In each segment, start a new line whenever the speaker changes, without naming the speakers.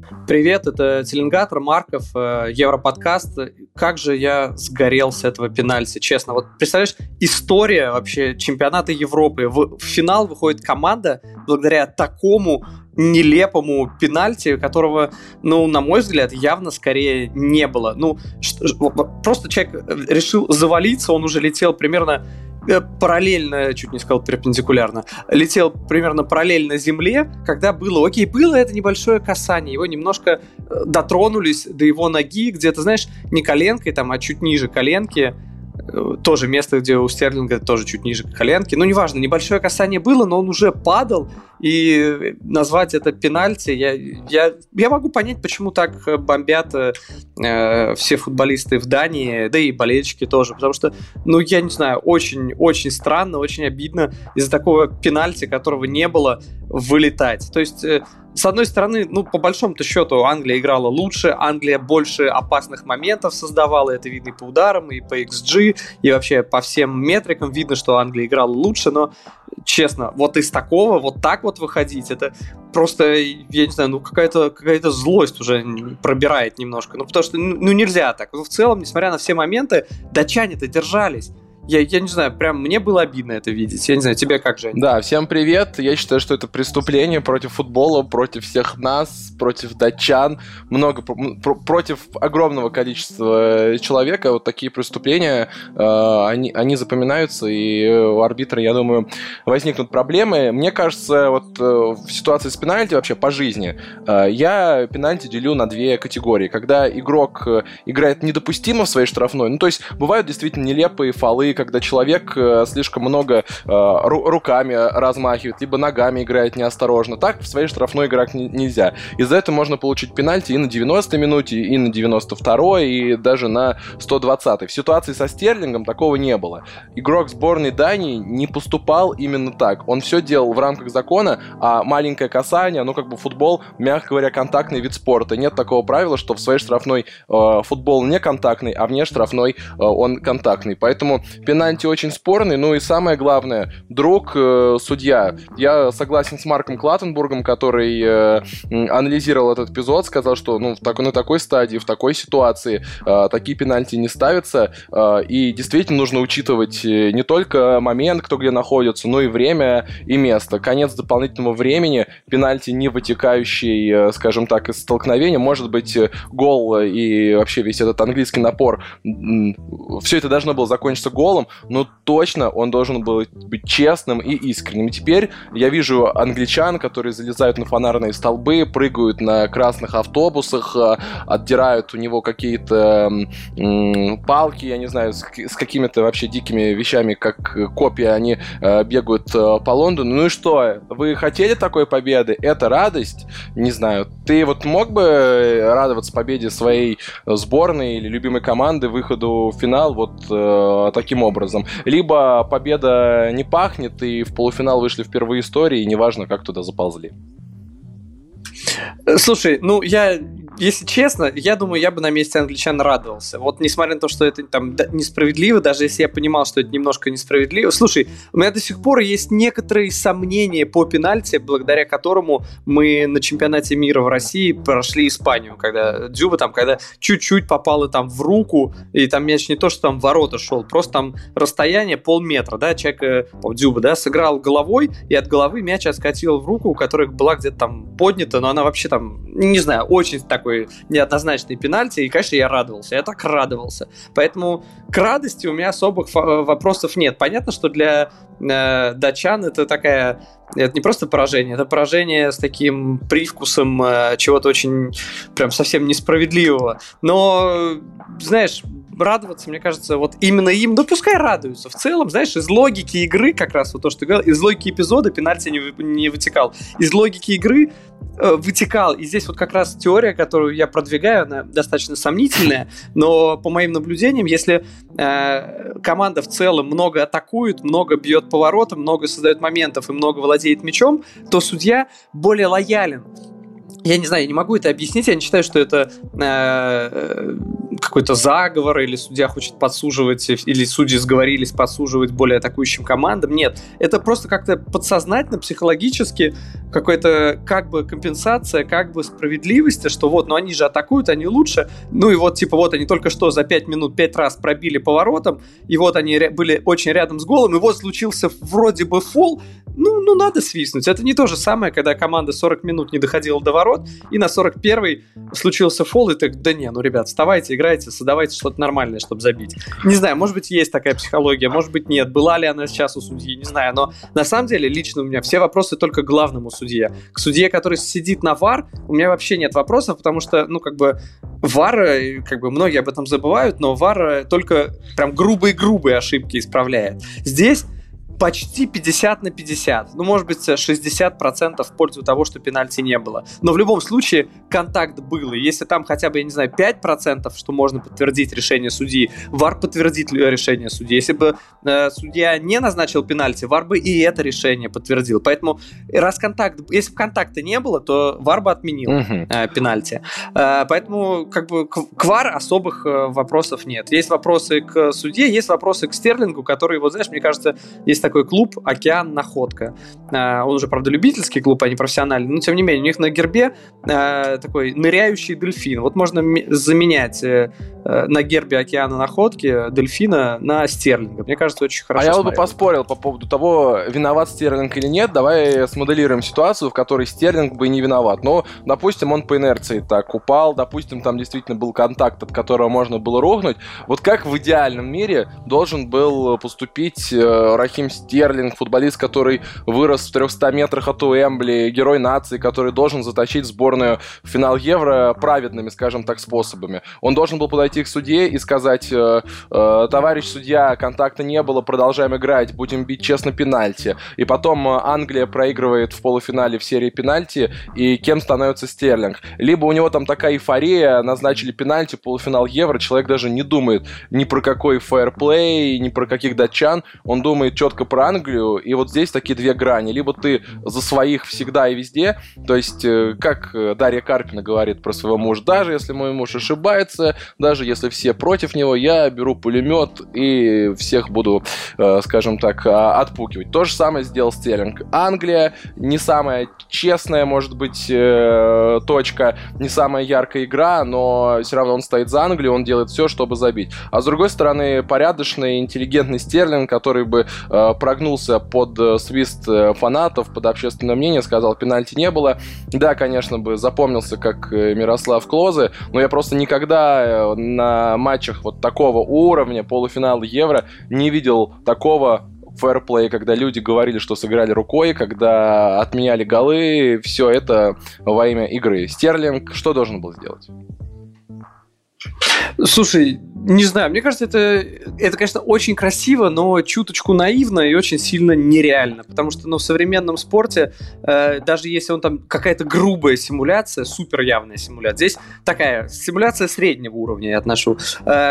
Привет, это Теленгатор, Марков, Европодкаст. Как же я сгорел с этого пенальти, честно. Вот представляешь, история вообще чемпионата Европы. В финал выходит команда благодаря такому нелепому пенальти, которого, на мой взгляд, явно скорее не было. Просто человек решил завалиться, он уже летел примерно параллельно, чуть не сказал перпендикулярно, летел примерно параллельно земле, когда было это небольшое касание, его немножко дотронулись до его ноги, где-то, знаешь, не коленкой, а чуть ниже коленки, тоже место, где у Стерлинга тоже чуть ниже коленки, неважно, небольшое касание было, но он уже падал, и назвать это пенальти, я могу понять, почему так бомбят все футболисты в Дании, да и болельщики тоже, потому что, я не знаю, очень странно, очень обидно из-за такого пенальти, которого не было, вылетать. То есть, с одной стороны, по большому-то счету, Англия играла лучше, Англия больше опасных моментов создавала, это видно и по ударам, и по XG, и вообще по всем метрикам видно, что Англия играла лучше, но, честно, вот из такого, вот так вот выходить, это просто, я не знаю, какая-то злость уже пробирает немножко, потому что, нельзя так. В целом, несмотря на все моменты, датчане-то держались. Я не знаю, прям мне было обидно это видеть. Я не знаю, тебе как, Жень?
Да, всем привет. Я считаю, что это преступление против футбола, против всех нас, против датчан, против огромного количества человека. Вот такие преступления, они запоминаются, и у арбитра, я думаю, возникнут проблемы. Мне кажется, вот в ситуации с пенальти вообще по жизни я пенальти делю на две категории. Когда игрок играет недопустимо в своей штрафной, то есть бывают действительно нелепые фолы, когда человек слишком много руками размахивает, либо ногами играет неосторожно. Так в своей штрафной играть нельзя. Из-за этого можно получить пенальти и на 90-й минуте, и на 92-й, и даже на 120-й. В ситуации со Стерлингом такого не было. Игрок сборной Дании не поступал именно так. Он все делал в рамках закона, а маленькое касание, футбол, мягко говоря, контактный вид спорта. Нет такого правила, что в своей штрафной футбол не контактный, а вне штрафной он контактный. Поэтому пенальти очень спорный, и самое главное, друг, судья. Я согласен с Марком Клаттенбургом, который анализировал этот эпизод, сказал, что на такой стадии, в такой ситуации такие пенальти не ставятся, и действительно нужно учитывать не только момент, кто где находится, но и время и место. Конец дополнительного времени, пенальти, не вытекающий, скажем так, из столкновения, может быть гол и вообще весь этот английский напор. Все это должно было закончиться голом, но точно он должен был быть честным и искренним. И теперь я вижу англичан, которые залезают на фонарные столбы, прыгают на красных автобусах, отдирают у него какие-то палки, я не знаю, с какими-то вообще дикими вещами, как копья, они бегают по Лондону. И что? Вы хотели такой победы? Это радость? Не знаю. Ты мог бы радоваться победе своей сборной или любимой команды, выходу в финал таким образом? Либо победа не пахнет, и в полуфинал вышли впервые в истории, и неважно, как туда заползли.
Слушай, если честно, я думаю, я бы на месте англичан радовался. Несмотря на то, что это несправедливо, даже если я понимал, что это немножко несправедливо. Слушай, у меня до сих пор есть некоторые сомнения по пенальти, благодаря которому мы на чемпионате мира в России прошли Испанию, когда Дзюба когда чуть-чуть попало в руку, и мяч не то, что в ворота шел, просто расстояние полметра, да, человек, Дзюба, сыграл головой, и от головы мяч откатил в руку, которая была где-то поднята, но она вообще не знаю, очень такой неоднозначный пенальти, и, конечно, я радовался, я так радовался. Поэтому к радости у меня особых вопросов нет. Понятно, что для датчан это не просто поражение, это поражение с таким привкусом чего-то очень прям совсем несправедливого. Но, знаешь, радоваться, мне кажется, именно им, пускай радуются. В целом, знаешь, из логики игры, как раз то, что ты говорил, из логики эпизода пенальти не вытекал. Из логики игры вытекал. И здесь как раз теория, которую я продвигаю, она достаточно сомнительная, но по моим наблюдениям, если команда в целом много атакует, много бьет по воротам, много создает моментов и много владеет мячом, то судья более лоялен. Я не знаю, я не могу это объяснить, я не считаю, что это какой-то заговор, или судья хочет подсуживать, или судьи сговорились подсуживать более атакующим командам. Нет, это просто как-то подсознательно, психологически какая-то как бы компенсация, как бы справедливости, что вот, ну они же атакуют, они лучше, ну и вот типа вот они только что за 5 минут 5 раз пробили поворотом, и вот они были очень рядом с голом, и вот случился вроде бы фол, ну надо свистнуть. Это не то же самое, когда команда 40 минут не доходила до ворот, и на 41-й случился фол, и так, да не, ну, ребят, вставайте, играйте, создавайте что-то нормальное, чтобы забить. Не знаю, может быть, есть такая психология, может быть, нет. Была ли она сейчас у судьи, не знаю, но на самом деле лично у меня все вопросы только к главному судье. К судье, который сидит на ВАР, у меня вообще нет вопросов, потому что, ну, как бы, ВАР, как бы, многие об этом забывают, но ВАР только прям грубые ошибки исправляет. Здесь почти 50 на 50. Ну, может быть, 60% в пользу того, что пенальти не было. Но в любом случае контакт был. И если там хотя бы, я не знаю, 5%, что можно подтвердить решение судьи, ВАР подтвердит решение судьи. Если бы судья не назначил пенальти, ВАР бы и это решение подтвердил. Поэтому, если бы контакта не было, то ВАР бы отменил пенальти. Поэтому, как бы, к ВАР особых вопросов нет. Есть вопросы к судье, есть вопросы к Стерлингу, который, вот знаешь, мне кажется, есть такой клуб «Океан Находка». Он уже, правда, любительский клуб, а не профессиональный, но, тем не менее, у них на гербе такой ныряющий дельфин. Вот можно заменять на гербе «Океана Находки» дельфина на Стерлинга. Мне кажется, очень хорошо.
А я бы поспорил по поводу того, виноват Стерлинг или нет. Давай смоделируем ситуацию, в которой Стерлинг бы не виноват. Но, допустим, он по инерции так упал, допустим, там действительно был контакт, от которого можно было рухнуть. Вот как в идеальном мире должен был поступить Рахим Стерлинг, футболист, который вырос в 300 метрах от Уэмбли, герой нации, который должен затащить сборную в финал Евро праведными, скажем так, способами. Он должен был подойти к судье и сказать: товарищ судья, контакта не было, продолжаем играть, будем бить честно пенальти. И потом Англия проигрывает в полуфинале в серии пенальти, и кем становится Стерлинг? Либо у него там такая эйфория, назначили пенальти, полуфинал Евро, человек даже не думает ни про какой фэрплей, ни про каких датчан, он думает четко про Англию, и вот здесь такие две грани. Либо ты за своих всегда и везде, то есть, как Дарья Карпина говорит про своего мужа: даже если мой муж ошибается, даже если все против него, я беру пулемет и всех буду, скажем так, отпугивать. То же самое сделал Стерлинг. Англия не самая честная, может быть, точка, не самая яркая игра, но все равно он стоит за Англию, он делает все, чтобы забить. А с другой стороны, порядочный, интеллигентный Стерлинг, который бы прогнулся под свист фанатов, под общественное мнение, сказал: пенальти не было. Да, конечно, бы запомнился как Мирослав Клозе, но я просто никогда на матчах вот такого уровня, полуфинала Евро, не видел такого фэрплей, когда люди говорили, что сыграли рукой, когда отменяли голы, все это во имя игры. Стерлинг что должен был сделать?
Слушай, не знаю, мне кажется, это, конечно, очень красиво, но чуточку наивно и очень сильно нереально, потому что, в современном спорте, даже если он там какая-то грубая симуляция, супер явная симуляция, здесь такая симуляция среднего уровня, я отношу,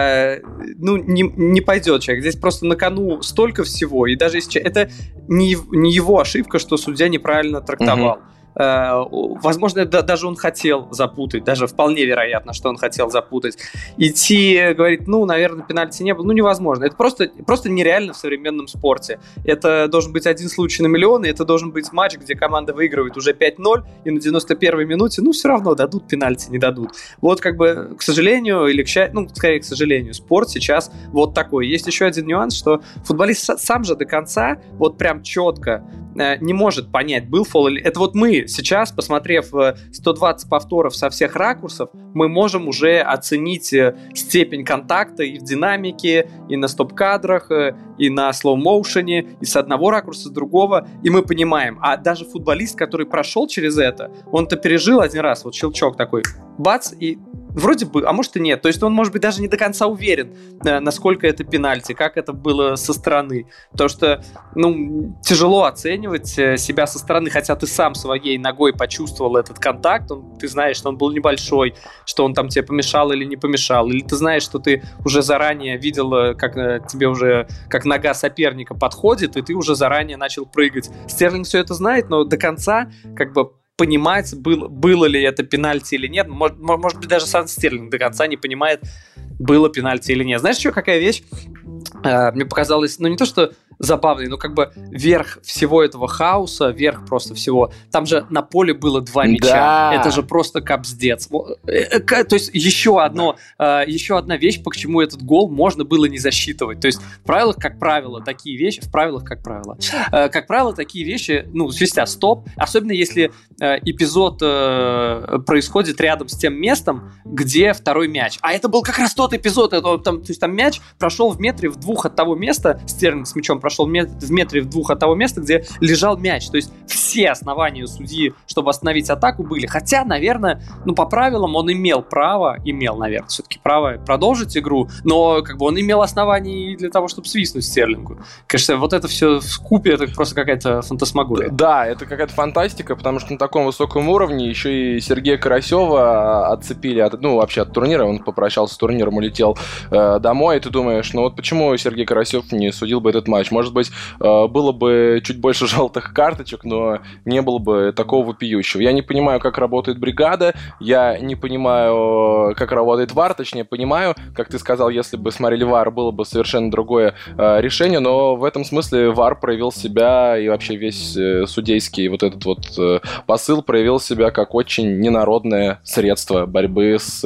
не пойдет человек, здесь просто на кону столько всего, и даже если это не его ошибка, что судья неправильно трактовал. Возможно, даже он хотел запутать, даже вполне вероятно, что он хотел запутать. Идти, говорит, наверное, пенальти не было, невозможно. Это просто нереально в современном спорте. Это должен быть один случай на миллион, и это должен быть матч, где команда выигрывает уже 5-0, и на 91-й минуте, все равно дадут пенальти, не дадут. Вот как бы, к сожалению, или к счастью, скорее, к сожалению, спорт сейчас вот такой. Есть еще один нюанс, что футболист сам же до конца, вот прям четко не может понять, был фол или... Это вот мы сейчас, посмотрев 120 повторов со всех ракурсов, мы можем уже оценить степень контакта и в динамике, и на стоп-кадрах, и на слоу-моушене, и с одного ракурса, с другого, и мы понимаем. А даже футболист, который прошел через это, он-то пережил один раз, вот щелчок такой, бац, и вроде бы, а может и нет. То есть он, может быть, даже не до конца уверен, насколько это пенальти, как это было со стороны. Потому что, тяжело оценивать себя со стороны, хотя ты сам своей ногой почувствовал этот контакт, ты знаешь, что он был небольшой, что он там тебе помешал или не помешал, или ты знаешь, что ты уже заранее видел, как тебе уже, как нога соперника подходит, и ты уже заранее начал прыгать. Стерлинг все это знает, но до конца, как бы, понимать, было ли это пенальти или нет. Может быть, даже сам Стерлинг до конца не понимает, было пенальти или нет. Знаешь, еще какая вещь? Мне показалось, ну не то, что забавный, но как бы верх всего этого хаоса, верх просто всего. Там же на поле было 2 мяча.
Да.
Это же просто капздец. То есть еще одна вещь, по чему этот гол можно было не засчитывать. То есть в правилах, как правило, такие вещи, такие вещи, ну, свистят стоп, особенно если эпизод происходит рядом с тем местом, где второй мяч. А это был как раз тот эпизод, то есть там мяч прошел в метре в 2 от того места, Стерлинг с мячом прошел в метре в 2 от того места, где лежал мяч. То есть все основания у судьи, чтобы остановить атаку, были. Хотя, наверное, ну, по правилам он имел, наверное, все-таки право продолжить игру, но как бы он имел основания и для того, чтобы свистнуть Стерлингу. Конечно, вот это все вкупе, это просто какая-то фантасмагория.
Да, это какая-то фантастика, потому что на таком высоком уровне еще и Сергея Карасева отцепили вообще от турнира, он попрощался с турниром, улетел домой, и ты думаешь, ну вот почему Сергей Карасев не судил бы этот матч? Может быть, было бы чуть больше желтых карточек, но не было бы такого вопиющего. Я не понимаю, как работает бригада, я не понимаю, как работает ВАР, точнее, понимаю, как ты сказал, если бы смотрели ВАР, было бы совершенно другое решение, но в этом смысле ВАР проявил себя, и вообще весь судейский вот этот вот посыл проявил себя как очень ненародное средство борьбы с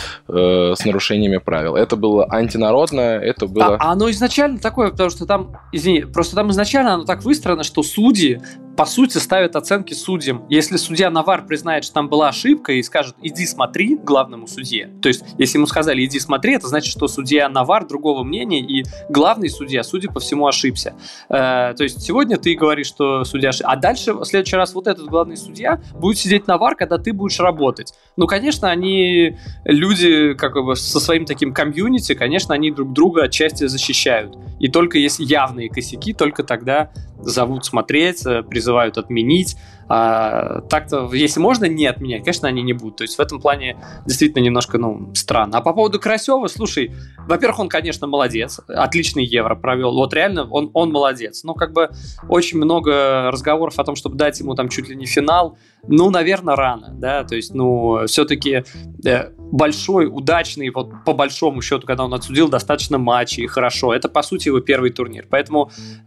нарушениями правил. Это было антинародное, это было...
Оно изначально такое, потому что там, просто там изначально оно так выстроено, что судьи по сути, ставят оценки судьям. Если судья на ВАР признает, что там была ошибка и скажет, иди смотри главному судье. То есть, если ему сказали, иди смотри, это значит, что судья на ВАР другого мнения, и главный судья, судя по всему, ошибся. То есть, сегодня ты говоришь, что судья ошибся. А дальше, в следующий раз, вот этот главный судья будет сидеть на ВАР, когда ты будешь работать. Ну, конечно, они люди, как бы, со своим таким комьюнити, конечно, они друг друга отчасти защищают. И только если явные косяки, только тогда зовут смотреть, призывают отменить. А так-то, если можно не отменять, конечно, они не будут. То есть в этом плане действительно немножко, странно. А по поводу Карасева, слушай, во-первых, он, конечно, молодец, отличный Евро провел. Вот реально он молодец. Но как бы очень много разговоров о том, чтобы дать ему там чуть ли не финал. Наверное, рано, да. То есть, все-таки большой, удачный, вот по большому счету, когда он отсудил достаточно матчей, хорошо. Это, по сути, его первый турнир. Поэтому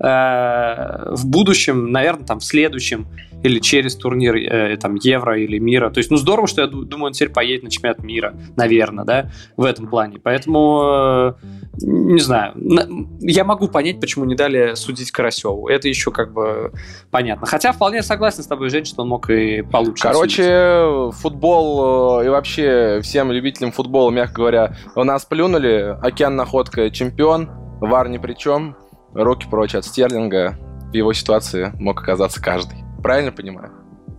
в будущем, наверное, там в следующем или через турнир там Евро или Мира. То есть, здорово, что я думаю, он теперь поедет на чемпионат мира, наверное, да, в этом плане. Поэтому, не знаю, я могу понять, почему не дали судить Карасеву. Это еще как бы понятно. Хотя вполне согласен с тобой, Жень, что он мог и получше.
Короче, футбол и вообще всем любителям футбола, мягко говоря, у нас плюнули. Океан Находка чемпион, ВАР ни при чем, руки прочь от Стерлинга. В его ситуации мог оказаться каждый. Правильно понимаю?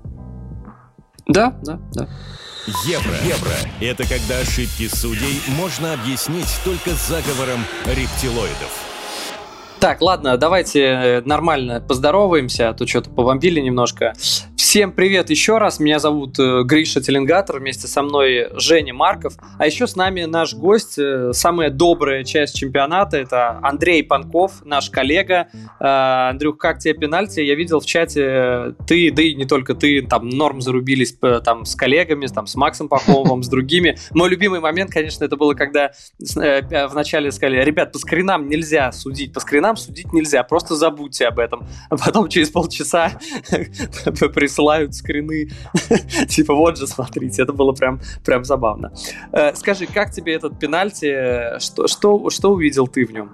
Да.
Евро. Это когда ошибки судей можно объяснить только заговором рептилоидов.
Так, ладно, давайте нормально поздороваемся, а то что-то побомбили немножко. Всем привет еще раз, меня зовут Гриша Теленгатор, вместе со мной Женя Марков, а еще с нами наш гость, самая добрая часть чемпионата, это Андрей Панков, наш коллега. Андрюх, как тебе пенальти? Я видел в чате, ты, да и не только ты, там норм зарубились там с коллегами, там с Максом Пахомовым, с другими. Мой любимый момент, конечно, это было, когда вначале сказали, ребят, по скринам нельзя судить, просто забудьте об этом. А потом через полчаса присылают скрины. Типа, вот же, смотрите, это было прям забавно. Скажи, как тебе этот пенальти? Что увидел ты в нем?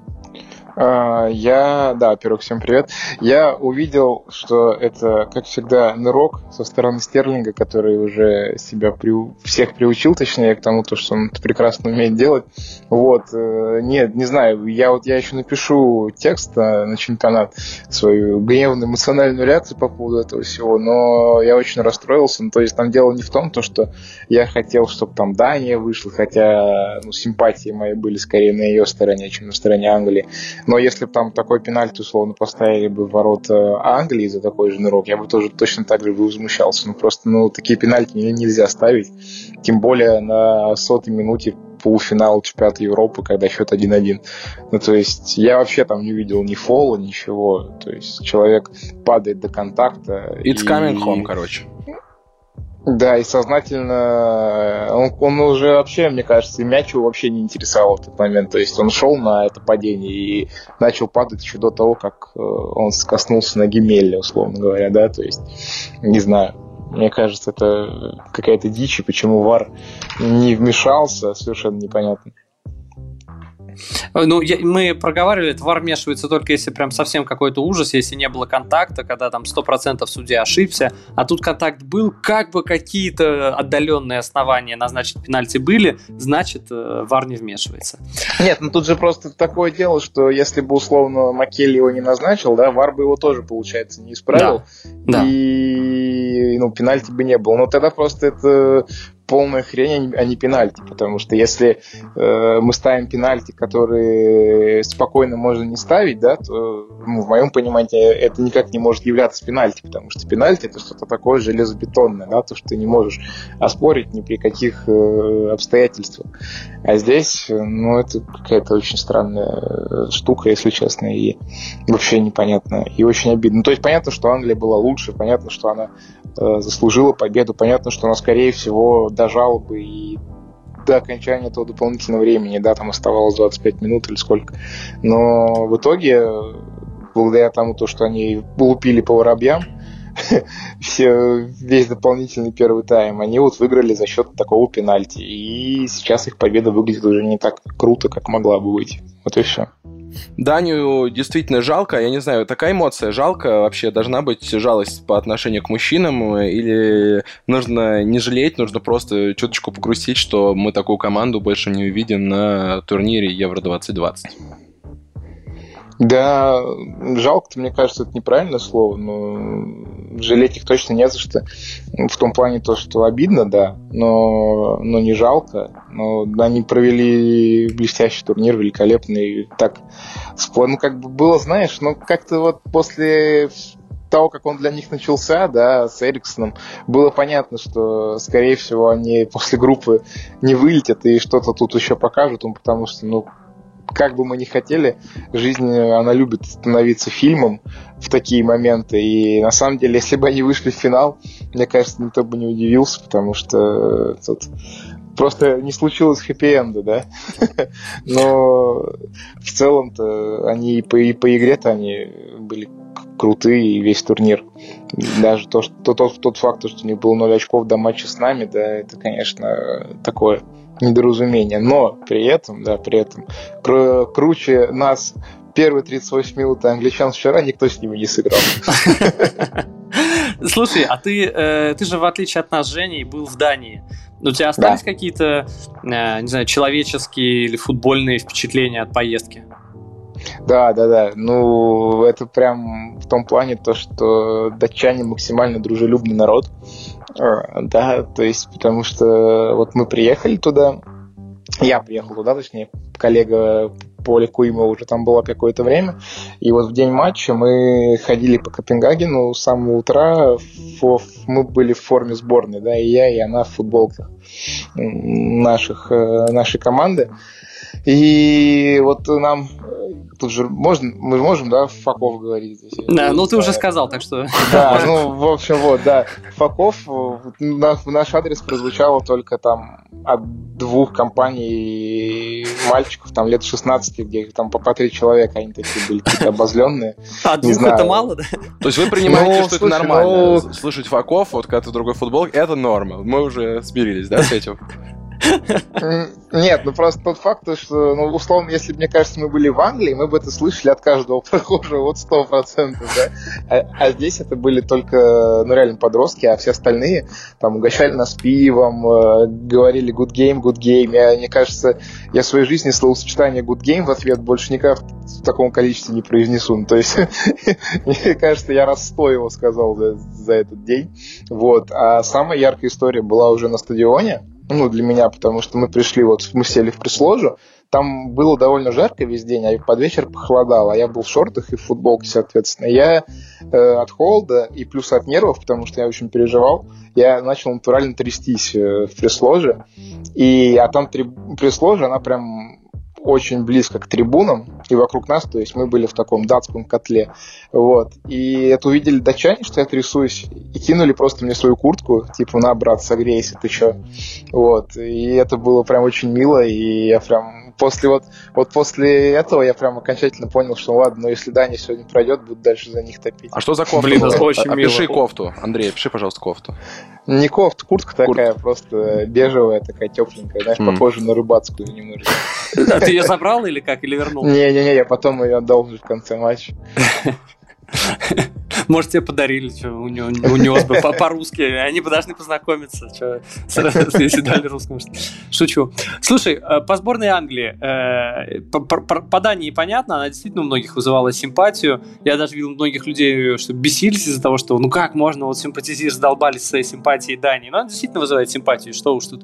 Во-первых, всем привет. Я увидел, что это, как всегда, нырок со стороны Стерлинга, который уже себя всех приучил, точнее, к тому, что он это прекрасно умеет делать. Нет, не знаю, я еще напишу текст на чемпионат, свою гневную эмоциональную реакцию по поводу этого всего, но я очень расстроился. То есть там дело не в том, что я хотел, чтобы там Дания вышла, хотя симпатии мои были скорее на ее стороне, чем на стороне Англии. Но если бы там такой пенальти, условно, поставили бы в ворота Англии за такой же нырок, я бы тоже точно так же возмущался. Такие пенальти нельзя ставить. Тем более на 100-й минуте полуфинала чемпионата Европы, когда счет 1-1. То есть я вообще там не видел ни фола, ничего. То есть человек падает до контакта.
It's coming home, короче.
Да, и сознательно он уже вообще, мне кажется, мяч его вообще не интересовал в тот момент. То есть он шел на это падение и начал падать еще до того, как он коснулся ноги Мелли, условно говоря, да, то есть, не знаю. Мне кажется, это какая-то дичь, и почему ВАР не вмешался, совершенно непонятно.
Ну, мы проговаривали, это ВАР вмешивается только если прям совсем какой-то ужас, если не было контакта, когда там 100% судья ошибся, а тут контакт был, как бы какие-то отдаленные основания назначить пенальти были, значит, ВАР не вмешивается.
Нет, ну тут же просто такое дело, что если бы условно Маккелли его не назначил, да, ВАР бы его тоже, получается, не исправил, и ну, пенальти бы не было. Но тогда просто это полная хрень, а не пенальти, потому что если мы ставим пенальти, которые спокойно можно не ставить, да, то ну, в моем понимании это никак не может являться пенальти, потому что пенальти это что-то такое железобетонное, да, то, что ты не можешь оспорить ни при каких обстоятельствах. А здесь, ну, это какая-то очень странная штука, если честно, и вообще непонятно, и очень обидно. Ну, то есть понятно, что Англия была лучше, понятно, что она заслужила победу, понятно, что она, скорее всего, дожала бы и до окончания этого дополнительного времени, да, там оставалось 25 минут или сколько. Но в итоге, благодаря тому, что они лупили по воробьям, весь дополнительный первый тайм, они вот выиграли за счет такого пенальти. И сейчас их победа выглядит уже не так круто, как могла бы быть. Вот и все.
Данию действительно жалко, я не знаю, такая эмоция жалко, вообще должна быть жалость по отношению к мужчинам, или нужно не жалеть, нужно просто чуточку погрустить, что мы такую команду больше не увидим на турнире Евро-2020.
Да, жалко-то, мне кажется, это неправильное слово, но жалеть их точно не за что. В том плане то, что обидно, да, но не жалко. Но они провели блестящий турнир, великолепный. Так, ну, как бы было, знаешь, ну, как-то вот после того, как он для них начался, да, с Эриксоном, было понятно, что, скорее всего, они после группы не вылетят и что-то тут еще покажут, потому что, ну, как бы мы ни хотели, жизнь, она любит становиться фильмом в такие моменты. И на самом деле, если бы они вышли в финал, мне кажется, никто бы не удивился, потому что тут просто не случилось хэппи-энда, да. Но в целом-то они по игре-то они были крутые, и весь турнир. Даже тот факт, что у них было 0 очков до матча с нами, да, это, конечно, такое недоразумение. Но при этом круче нас первые 38 минут англичан вчера никто с ними не сыграл.
Слушай, а ты же, в отличие от нас, Женей, был в Дании. У тебя остались какие-то, не знаю, человеческие или футбольные впечатления от поездки?
Да. Ну, это прям в том плане то, что датчане максимально дружелюбный народ. Да, то есть, потому что вот мы приехали туда, я приехал туда, точнее, коллега Поля Куима уже там была какое-то время, и вот в день матча мы ходили по Копенгагену с самого утра, мы были в форме сборной, да, и я, и она в футболках нашей команды. И вот нам тут же мы можем, да, Факов говорить здесь?
Да, ну ты уже сказал, так что...
Да, ну, в общем, вот, да. Факов в наш адрес прозвучало только там от 2 компаний мальчиков, там лет 16, где их там по 3 человека, они такие были какие-то обозленные.
А 2 это мало, да?
То есть вы принимаете, что это нормально? Слышать Факов, вот когда ты в другой футболке, это норма. Мы уже смирились, да, с этим?
Нет, ну просто тот факт, что, ну, условно, если бы, мне кажется, мы были в Англии, мы бы это слышали от каждого прохожего, вот 100%, да? А здесь это были только, ну, реально подростки, а все остальные там угощали нас пивом, говорили good game. Мне кажется, я в своей жизни словосочетание good game в ответ больше никогда в таком количестве не произнесу. Ну, то есть, мне кажется, я раз 100 его сказал за этот день. Вот. А самая яркая история была уже на стадионе. Ну, для меня, потому что мы сели в пресс-ложу, там было довольно жарко весь день, а под вечер похолодало, а я был в шортах и в футболке, соответственно. Я от холода и плюс от нервов, потому что я очень переживал, я начал натурально трястись в пресс-ложе, а там пресс-ложа, она прям очень близко к трибунам, и вокруг нас, то есть мы были в таком датском котле, вот, и это увидели датчане, что я трясусь, и кинули просто мне свою куртку, типа, на, брат, согрейся, ты чё, вот, и это было прям очень мило, и я прям после после этого я прям окончательно понял, что ладно, но если Дания сегодня пройдет, буду дальше за них топить.
А что за кофта?
Блин, это очень
Опиши
мило.
кофту. Андрей, опиши, пожалуйста, кофту.
Не кофта, куртка такая, просто бежевая, такая тепленькая, знаешь, похожа на рыбацкую немножко.
А ты ее забрал или как? Или вернул?
Не-не-не, я потом ее отдал уже в конце матча.
Может, тебе подарили, что унес бы по-русски. Они бы должны познакомиться, что, если дали русскому. Шучу. Слушай, по сборной Англии, по Дании понятно, она действительно у многих вызывала симпатию. Я даже видел многих людей, что бесились из-за того, что ну как можно вот симпатизировать, задолбались своей симпатией Дании. Но она действительно вызывает симпатию, что уж тут.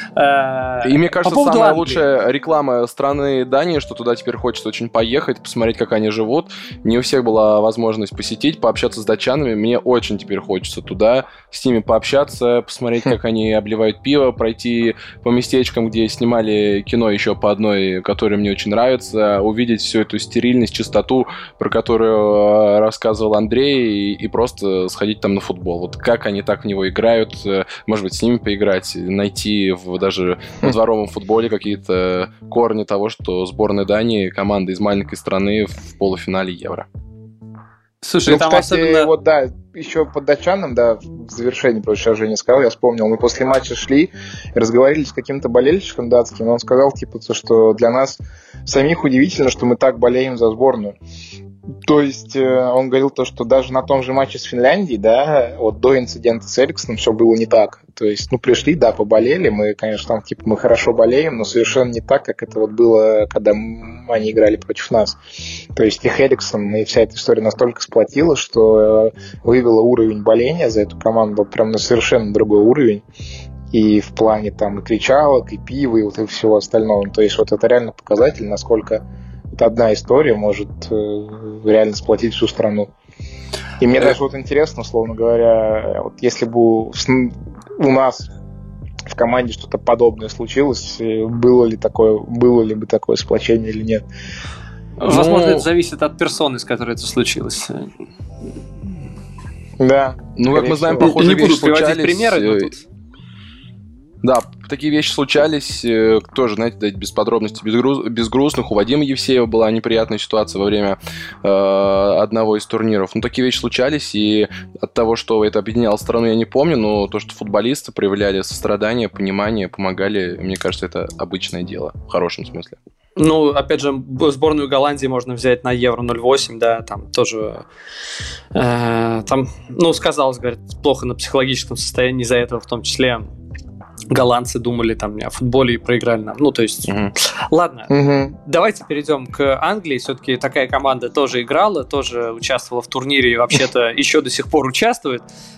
И мне кажется, самая лучшая реклама страны Дании, что туда теперь хочется очень поехать, посмотреть, как они живут. Не у всех была возможность посетить, пообщаться с датчанами. Мне очень теперь хочется туда с ними пообщаться, посмотреть, как они обливают пиво, пройти по местечкам, где снимали кино еще по одной, которая мне очень нравится, увидеть всю эту стерильность, чистоту, про которую рассказывал Андрей, и просто сходить там на футбол. Вот как они так в него играют, может быть, с ними поиграть, найти даже в дворовом футболе какие-то корни того, что сборная Дании, команда из маленькой страны в полуфинале Евро.
Слушай, там
кстати,
особенно...
вот да, еще по датчанам, да, в завершении, просто сейчас Женя сказал, я вспомнил, мы после матча шли, разговаривали с каким-то болельщиком датским, и он сказал, типа, что для нас самих удивительно, что мы так болеем за сборную. То есть он говорил то, что даже на том же матче с Финляндией, да, вот до инцидента с Эриксоном все было не так. То есть, пришли, да, поболели, мы, конечно, там, типа, мы хорошо болеем, но совершенно не так, как это вот было, когда они играли против нас. То есть их Эриксон и вся эта история настолько сплотила, что вывела уровень боления за эту команду прям на совершенно другой уровень. И в плане там и кричалок, и пива, и вот и всего остального. То есть вот это реально показатель, насколько вот одна история может реально сплотить всю страну. И мне даже вот интересно, условно говоря, вот если бы у нас в команде что-то подобное случилось, было ли бы такое сплочение или нет?
Возможно, это зависит от персоны, с которой это случилось.
Да.
Ну, как мы знаем, похожие вещи случались.
Примеры, но тут...
Да, такие вещи случались, тоже, знаете, без подробностей, без грустных. У Вадима Евсеева была неприятная ситуация во время одного из турниров. Но такие вещи случались, и от того, что это объединяло страну, я не помню, но то, что футболисты проявляли сострадание, понимание, помогали, мне кажется, это обычное дело, в хорошем смысле.
Ну, опять же, сборную Голландии можно взять на Евро-08, да, там тоже, там, сказалось, говорят, плохо на психологическом состоянии, из-за этого в том числе голландцы думали там о футболе и проиграли нам. То есть, ладно, давайте перейдем к Англии. Все-таки такая команда тоже играла, тоже участвовала в турнире и вообще-то еще до сих пор участвует.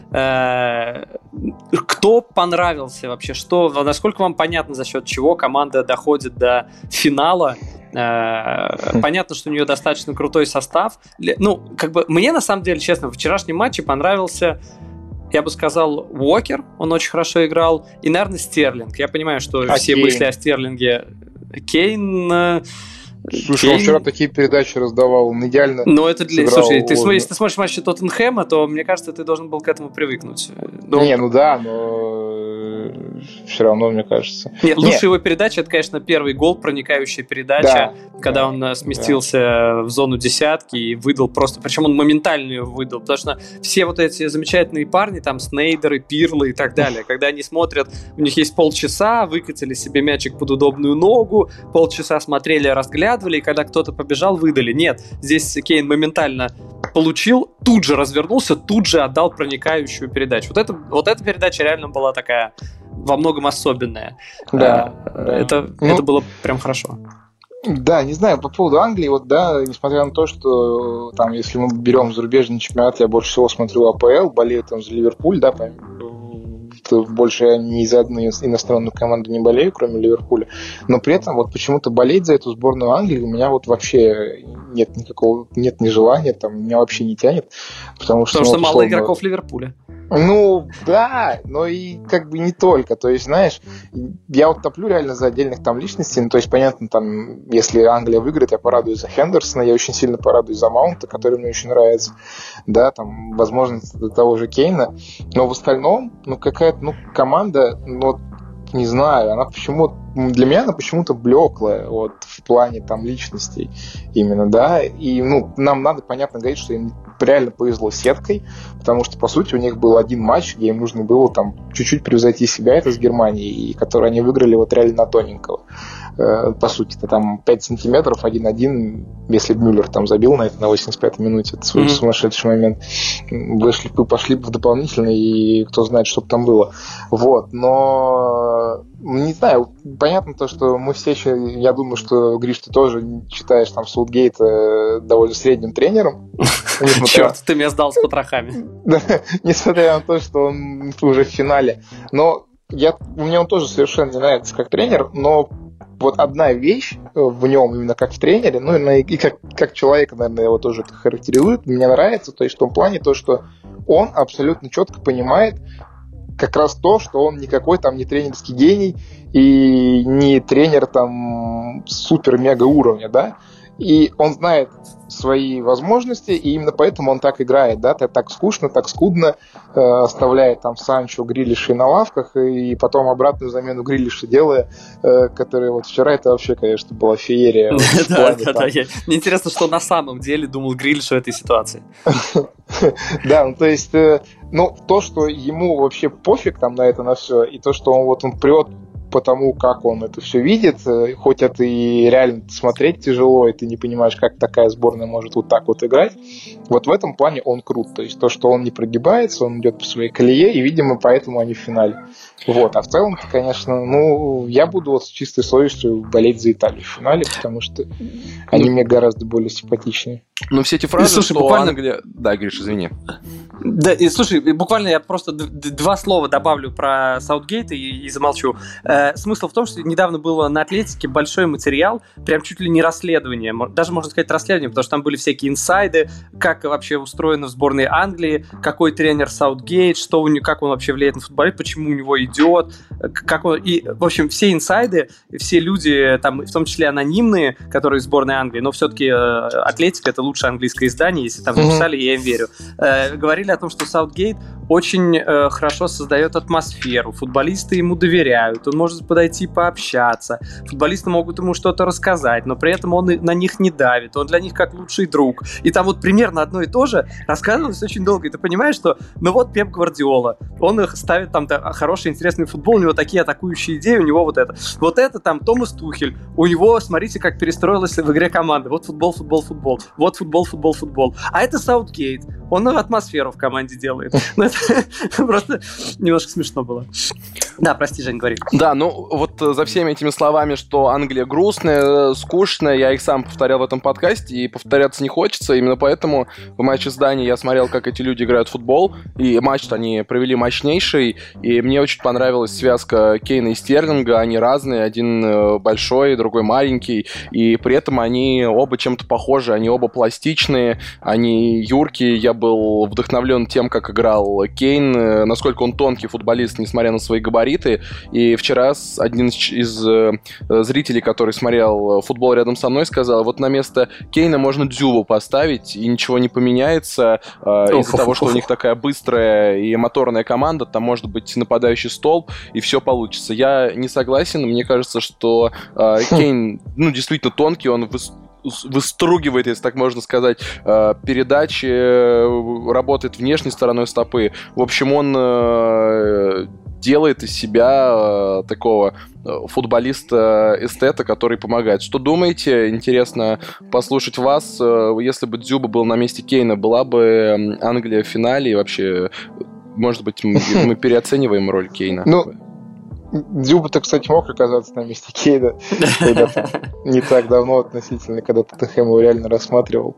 Кто понравился вообще? Насколько вам понятно, за счет чего команда доходит до финала? Понятно, что у нее достаточно крутой состав. Мне на самом деле, честно, в вчерашнем матче понравился, я бы сказал, Уокер, он очень хорошо играл, и, наверное, Стерлинг. Я понимаю, что все мысли о Стерлинге. Кейн...
Слушай, он вчера такие передачи раздавал, он идеально сыграл.
Слушай, если ты смотришь матчи Тоттенхэма, то, мне кажется, ты должен был к этому привыкнуть.
Но все равно, мне кажется.
Лучшая его передача, это, конечно, первый гол, проникающая передача, когда он сместился в зону десятки и выдал просто, причем он моментально ее выдал, потому что все вот эти замечательные парни, там, Снейдеры, Пирлы и так далее, когда они смотрят, у них есть полчаса, выкатили себе мячик под удобную ногу, полчаса смотрели, разглядывали, и когда кто-то побежал, выдали. Нет, здесь Кейн моментально получил, тут же развернулся, тут же отдал проникающую передачу. Вот эта передача реально была такая во многом особенная.
Да.
Это было прям хорошо.
Да, не знаю, по поводу Англии, несмотря на то, что там, если мы берем зарубежный чемпионат, я больше всего смотрю АПЛ, болею там за Ливерпуль, да, больше я ни за одну иностранную команду не болею, кроме Ливерпуля. Но при этом почему-то болеть за эту сборную Англии у меня вообще нет ни желания, там меня вообще не тянет. Потому что
мало игроков Ливерпуля.
Ну, да, но и как бы не только. То есть, знаешь, я вот топлю реально за отдельных там личностей. Ну, то есть, понятно, там, если Англия выиграет, я порадуюсь за Хендерсона, я очень сильно порадуюсь за Маунта, который мне очень нравится. Да, там, возможно, до того же Кейна. Но в остальном, ну, какая-то, ну, команда, ну, не знаю, она для меня она почему-то блеклая, вот, в плане там личностей именно, да, и, ну, нам надо, понятно, говорить, что им реально повезло с сеткой, потому что, по сути, у них был один матч, где им нужно было там чуть-чуть превзойти себя, это с Германией, и который они выиграли вот реально на тоненького. По сути-то там 5 сантиметров, 1-1, если бы Мюллер там забил на это на 85-й минуте, это сумасшедший момент. Пошли бы в дополнительный, и кто знает, что бы там было. Вот, но не знаю, понятно то, что мы все еще, я думаю, что, Гриш, ты тоже считаешь там Саутгейта довольно средним тренером.
Черт, ты меня сдал с потрохами.
Несмотря на то, что он уже в финале. Но мне он тоже совершенно не нравится как тренер, но вот одна вещь в нем, именно как в тренере, ну и как человека, наверное, его тоже это характеризует, мне нравится, то есть в том плане, то, что он абсолютно четко понимает как раз то, что он никакой там не тренерский гений и не тренер там супер-мега уровня, да, и он знает свои возможности, и именно поэтому он так играет, да, так скучно, так скудно, оставляет там Санчо, Грилиша на лавках, и потом обратную замену Грилиша делая, который вот вчера, это вообще, конечно, была феерия.
Да. Мне интересно, что на самом деле думал Грилиш в этой ситуации.
Да, ну то есть, ну то, что ему вообще пофиг там на это, на все, и то, что он прет потому, как он это все видит, хоть это и реально смотреть тяжело, и ты не понимаешь, как такая сборная может вот так вот играть, вот в этом плане он крут, то есть то, что он не прогибается, он идет по своей колее, и, видимо, поэтому они в финале. Вот, а в целом, конечно, ну, я буду вот с чистой совестью болеть за Италию в финале, потому что они мне гораздо более симпатичнее.
Ну, все эти фразы,
слушай,
что
буквально...
Англия... Да, Гриш, извини.
Да, и слушай, буквально я просто два слова добавлю про Саутгейт и замолчу. Смысл в том, что недавно было на Атлетике большой материал, прям чуть ли не расследование, даже можно сказать расследование, потому что там были всякие инсайды, как вообще устроено в сборной Англии, какой тренер Саутгейт, как он вообще влияет на футболист, почему у него идет, как он... И, в общем, все инсайды, все люди, там, в том числе анонимные, которые в сборной Англии, но все-таки Атлетика — это лучшее английское издание, если там написали, я им верю, говорили о том, что Саутгейт очень хорошо создает атмосферу, футболисты ему доверяют, он может подойти пообщаться, футболисты могут ему что-то рассказать, но при этом он на них не давит, он для них как лучший друг. И там вот примерно одно и то же рассказывалось очень долго, и ты понимаешь, что ну вот Пеп Гвардиола, он их ставит там хороший, интересный футбол, у него такие атакующие идеи, у него вот это там Томас Тухель, у него, смотрите, как перестроилась в игре команда, вот футбол, вот футбол, а это Саутгейт, он атмосферу в команде делает. Ну, это просто немножко смешно было. Да, прости, Жень, говори.
Да, ну вот за всеми этими словами, что Англия грустная, скучная, я их сам повторял в этом подкасте, и повторяться не хочется, именно поэтому в матче с Данией я смотрел, как эти люди играют в футбол, и матч-то они провели мощнейший, и мне очень понравилась связка Кейна и Стерлинга, они разные, один большой, другой маленький, и при этом они оба чем-то похожи, они оба пластичные, они юркие, я был вдохновлен тем, как играл Кейн, насколько он тонкий футболист, несмотря на свои габариты. И вчера один из зрителей, который смотрел футбол рядом со мной, сказал, вот на место Кейна можно Дзюбу поставить, и ничего не поменяется. Из-за того, что у них такая быстрая и моторная команда, там может быть нападающий столб, и все получится. Я не согласен, мне кажется, что Кейн, действительно тонкий, он выстругивает, если так можно сказать, передачи, работает внешней стороной стопы. В общем, он делает из себя такого футболиста-эстета, который помогает. Что думаете? Интересно послушать вас. Если бы Дзюба был на месте Кейна, была бы Англия в финале? И вообще, может быть, мы переоцениваем роль Кейна?
Дзюба-то, кстати, мог оказаться на месте Кейна когда-то не так давно относительно, когда Тоттенхэм его реально рассматривал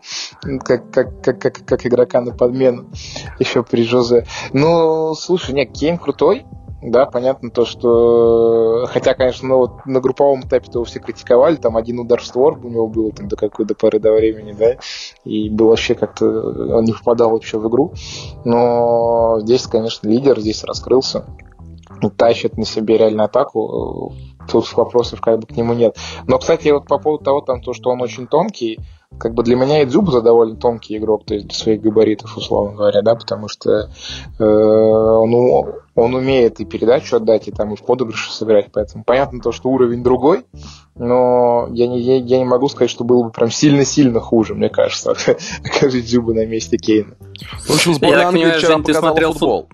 как игрока на подмену еще при Жозе. Ну, слушай, нет, Кейн крутой, Да, понятно то, что... Хотя, конечно, вот на групповом этапе его все критиковали, там один удар в створ у него был там, до поры до времени, да, и был вообще как-то... Он не попадал вообще в игру. Но здесь, конечно, лидер, здесь раскрылся. Тащит на себе реально атаку. Тут вопросов как бы к нему нет. Но, кстати, вот по поводу того, там, то, что он очень тонкий, как бы для меня и Дзюба довольно тонкий игрок, то есть для своих габаритов, условно говоря, да, потому что он умеет и передачу отдать, и там и в подыгрыше сыграть, поэтому понятно то, что уровень другой, но я не могу сказать, что было бы прям сильно-сильно хуже, мне кажется, окажись Дзюба на месте Кейна.
В общем, сборная Англии вчера показала футбол.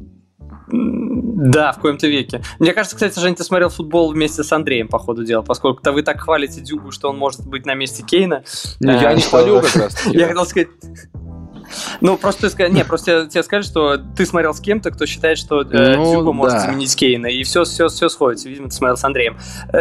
Да, в коем-то веке. Мне кажется, кстати, Жень, ты смотрел футбол вместе с Андреем, по ходу дела, поскольку вы так хвалите Дзюбу, что он может быть на месте Кейна.
Я не хвалю как раз.
Я хотел сказать... Ну, просто тебе скажут, что ты смотрел с кем-то, кто считает, что Дзюба может заменить Кейна, и все сходится. Видимо, ты смотрел с Андреем.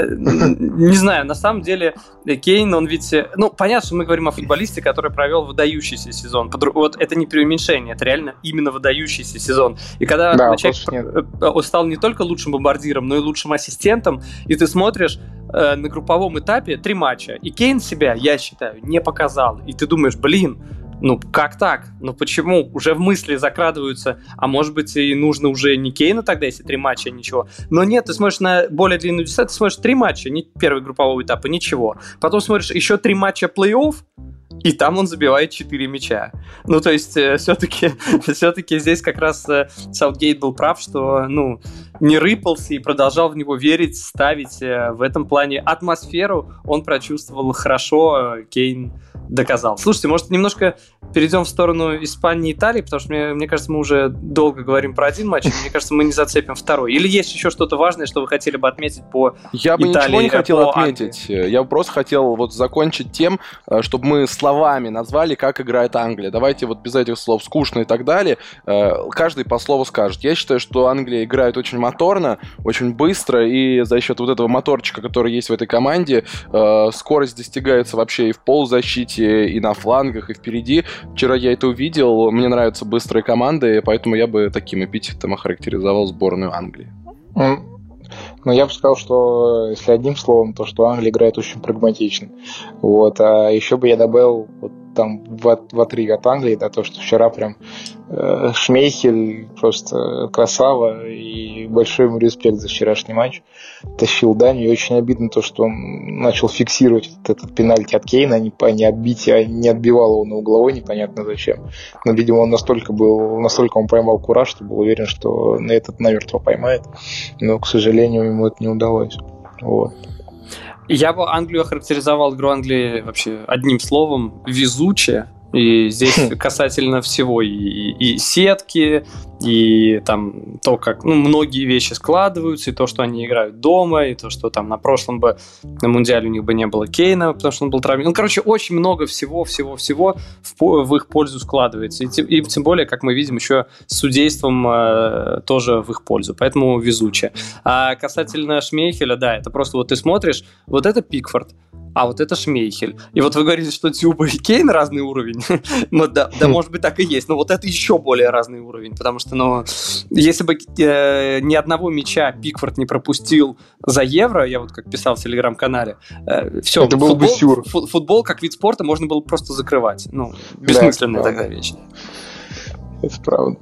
Не знаю, на самом деле Кейн, он ведь... Ну, понятно, что мы говорим о футболисте, который провел выдающийся сезон. Вот это не преуменьшение, это реально именно выдающийся сезон. И когда человек стал не только лучшим бомбардиром, но и лучшим ассистентом, и ты смотришь на групповом этапе 3 матча, и Кейн себя, я считаю, не показал. И ты думаешь, ну, как так? Ну, почему? Уже в мысли закрадываются, а может быть, и нужно уже не Кейна тогда, если 3 матча, ничего. Но нет, ты смотришь на более длинную дистанцию, ты смотришь 3 матча, не первый группового этапа, ничего. Потом смотришь еще 3 матча плей-офф, и там он забивает 4 мяча. Ну, то есть, все-таки здесь как раз Саутгейт был прав, что, не рыпался и продолжал в него верить, ставить. В этом плане атмосферу он прочувствовал хорошо, Кейн доказал. Слушайте, может, немножко перейдем в сторону Испании и Италии, потому что, мне кажется, мы уже долго говорим про один матч, и мне кажется, мы не зацепим второй. Или есть еще что-то важное, что вы хотели бы отметить по Италии?
Я бы ничего не хотел отметить. Я бы просто хотел закончить тем, чтобы мы словами назвали, как играет Англия. Давайте без этих слов скучно и так далее. Каждый по слову скажет. Я считаю, что Англия играет очень моторно, очень быстро, и за счет этого моторчика, который есть в этой команде, скорость достигается вообще и в полузащите, и на флангах, и впереди. Вчера я это увидел. Мне нравятся быстрые команды, поэтому я бы таким эпитетом охарактеризовал сборную Англии.
Я бы сказал, что если одним словом, то что Англия играет очень прагматично. А еще бы я добавил там в отрыве от Англии, да, то, что вчера прям Шмейхель просто красава, и большой ему респект за вчерашний матч. Тащил Данию, и очень обидно то, что он начал фиксировать этот пенальти от Кейна, не отбивал его на угловой, непонятно зачем. Но, видимо, он настолько он поймал кураж, что был уверен, что на этот намертво поймает. Но, к сожалению, ему это не удалось.
Я бы Англию охарактеризовал, игру Англии вообще одним словом: везучая. И здесь касательно всего и сетки, и там то, как многие вещи складываются, и то, что они играют дома, и то, что там на прошлом бы на Мундиале у них бы не было Кейна, потому что он был травмирован. Очень много всего в их пользу складывается. И тем более, как мы видим, еще с судейством тоже в их пользу. Поэтому везучая. А касательно Шмейхеля, да, это просто ты смотришь, это Пикфорд, а это Шмейхель. И вы говорите, что Дзюба и Кейн разный уровень. Да, может быть, так и есть. Но это еще более разный уровень. Потому что, если бы ни одного мяча Пикфорд не пропустил за Евро, я как писал в Телеграм-канале, все,
это был бы сюр.
Футбол как вид спорта можно было просто закрывать. Бессмысленная тогда вещь.
Это правда.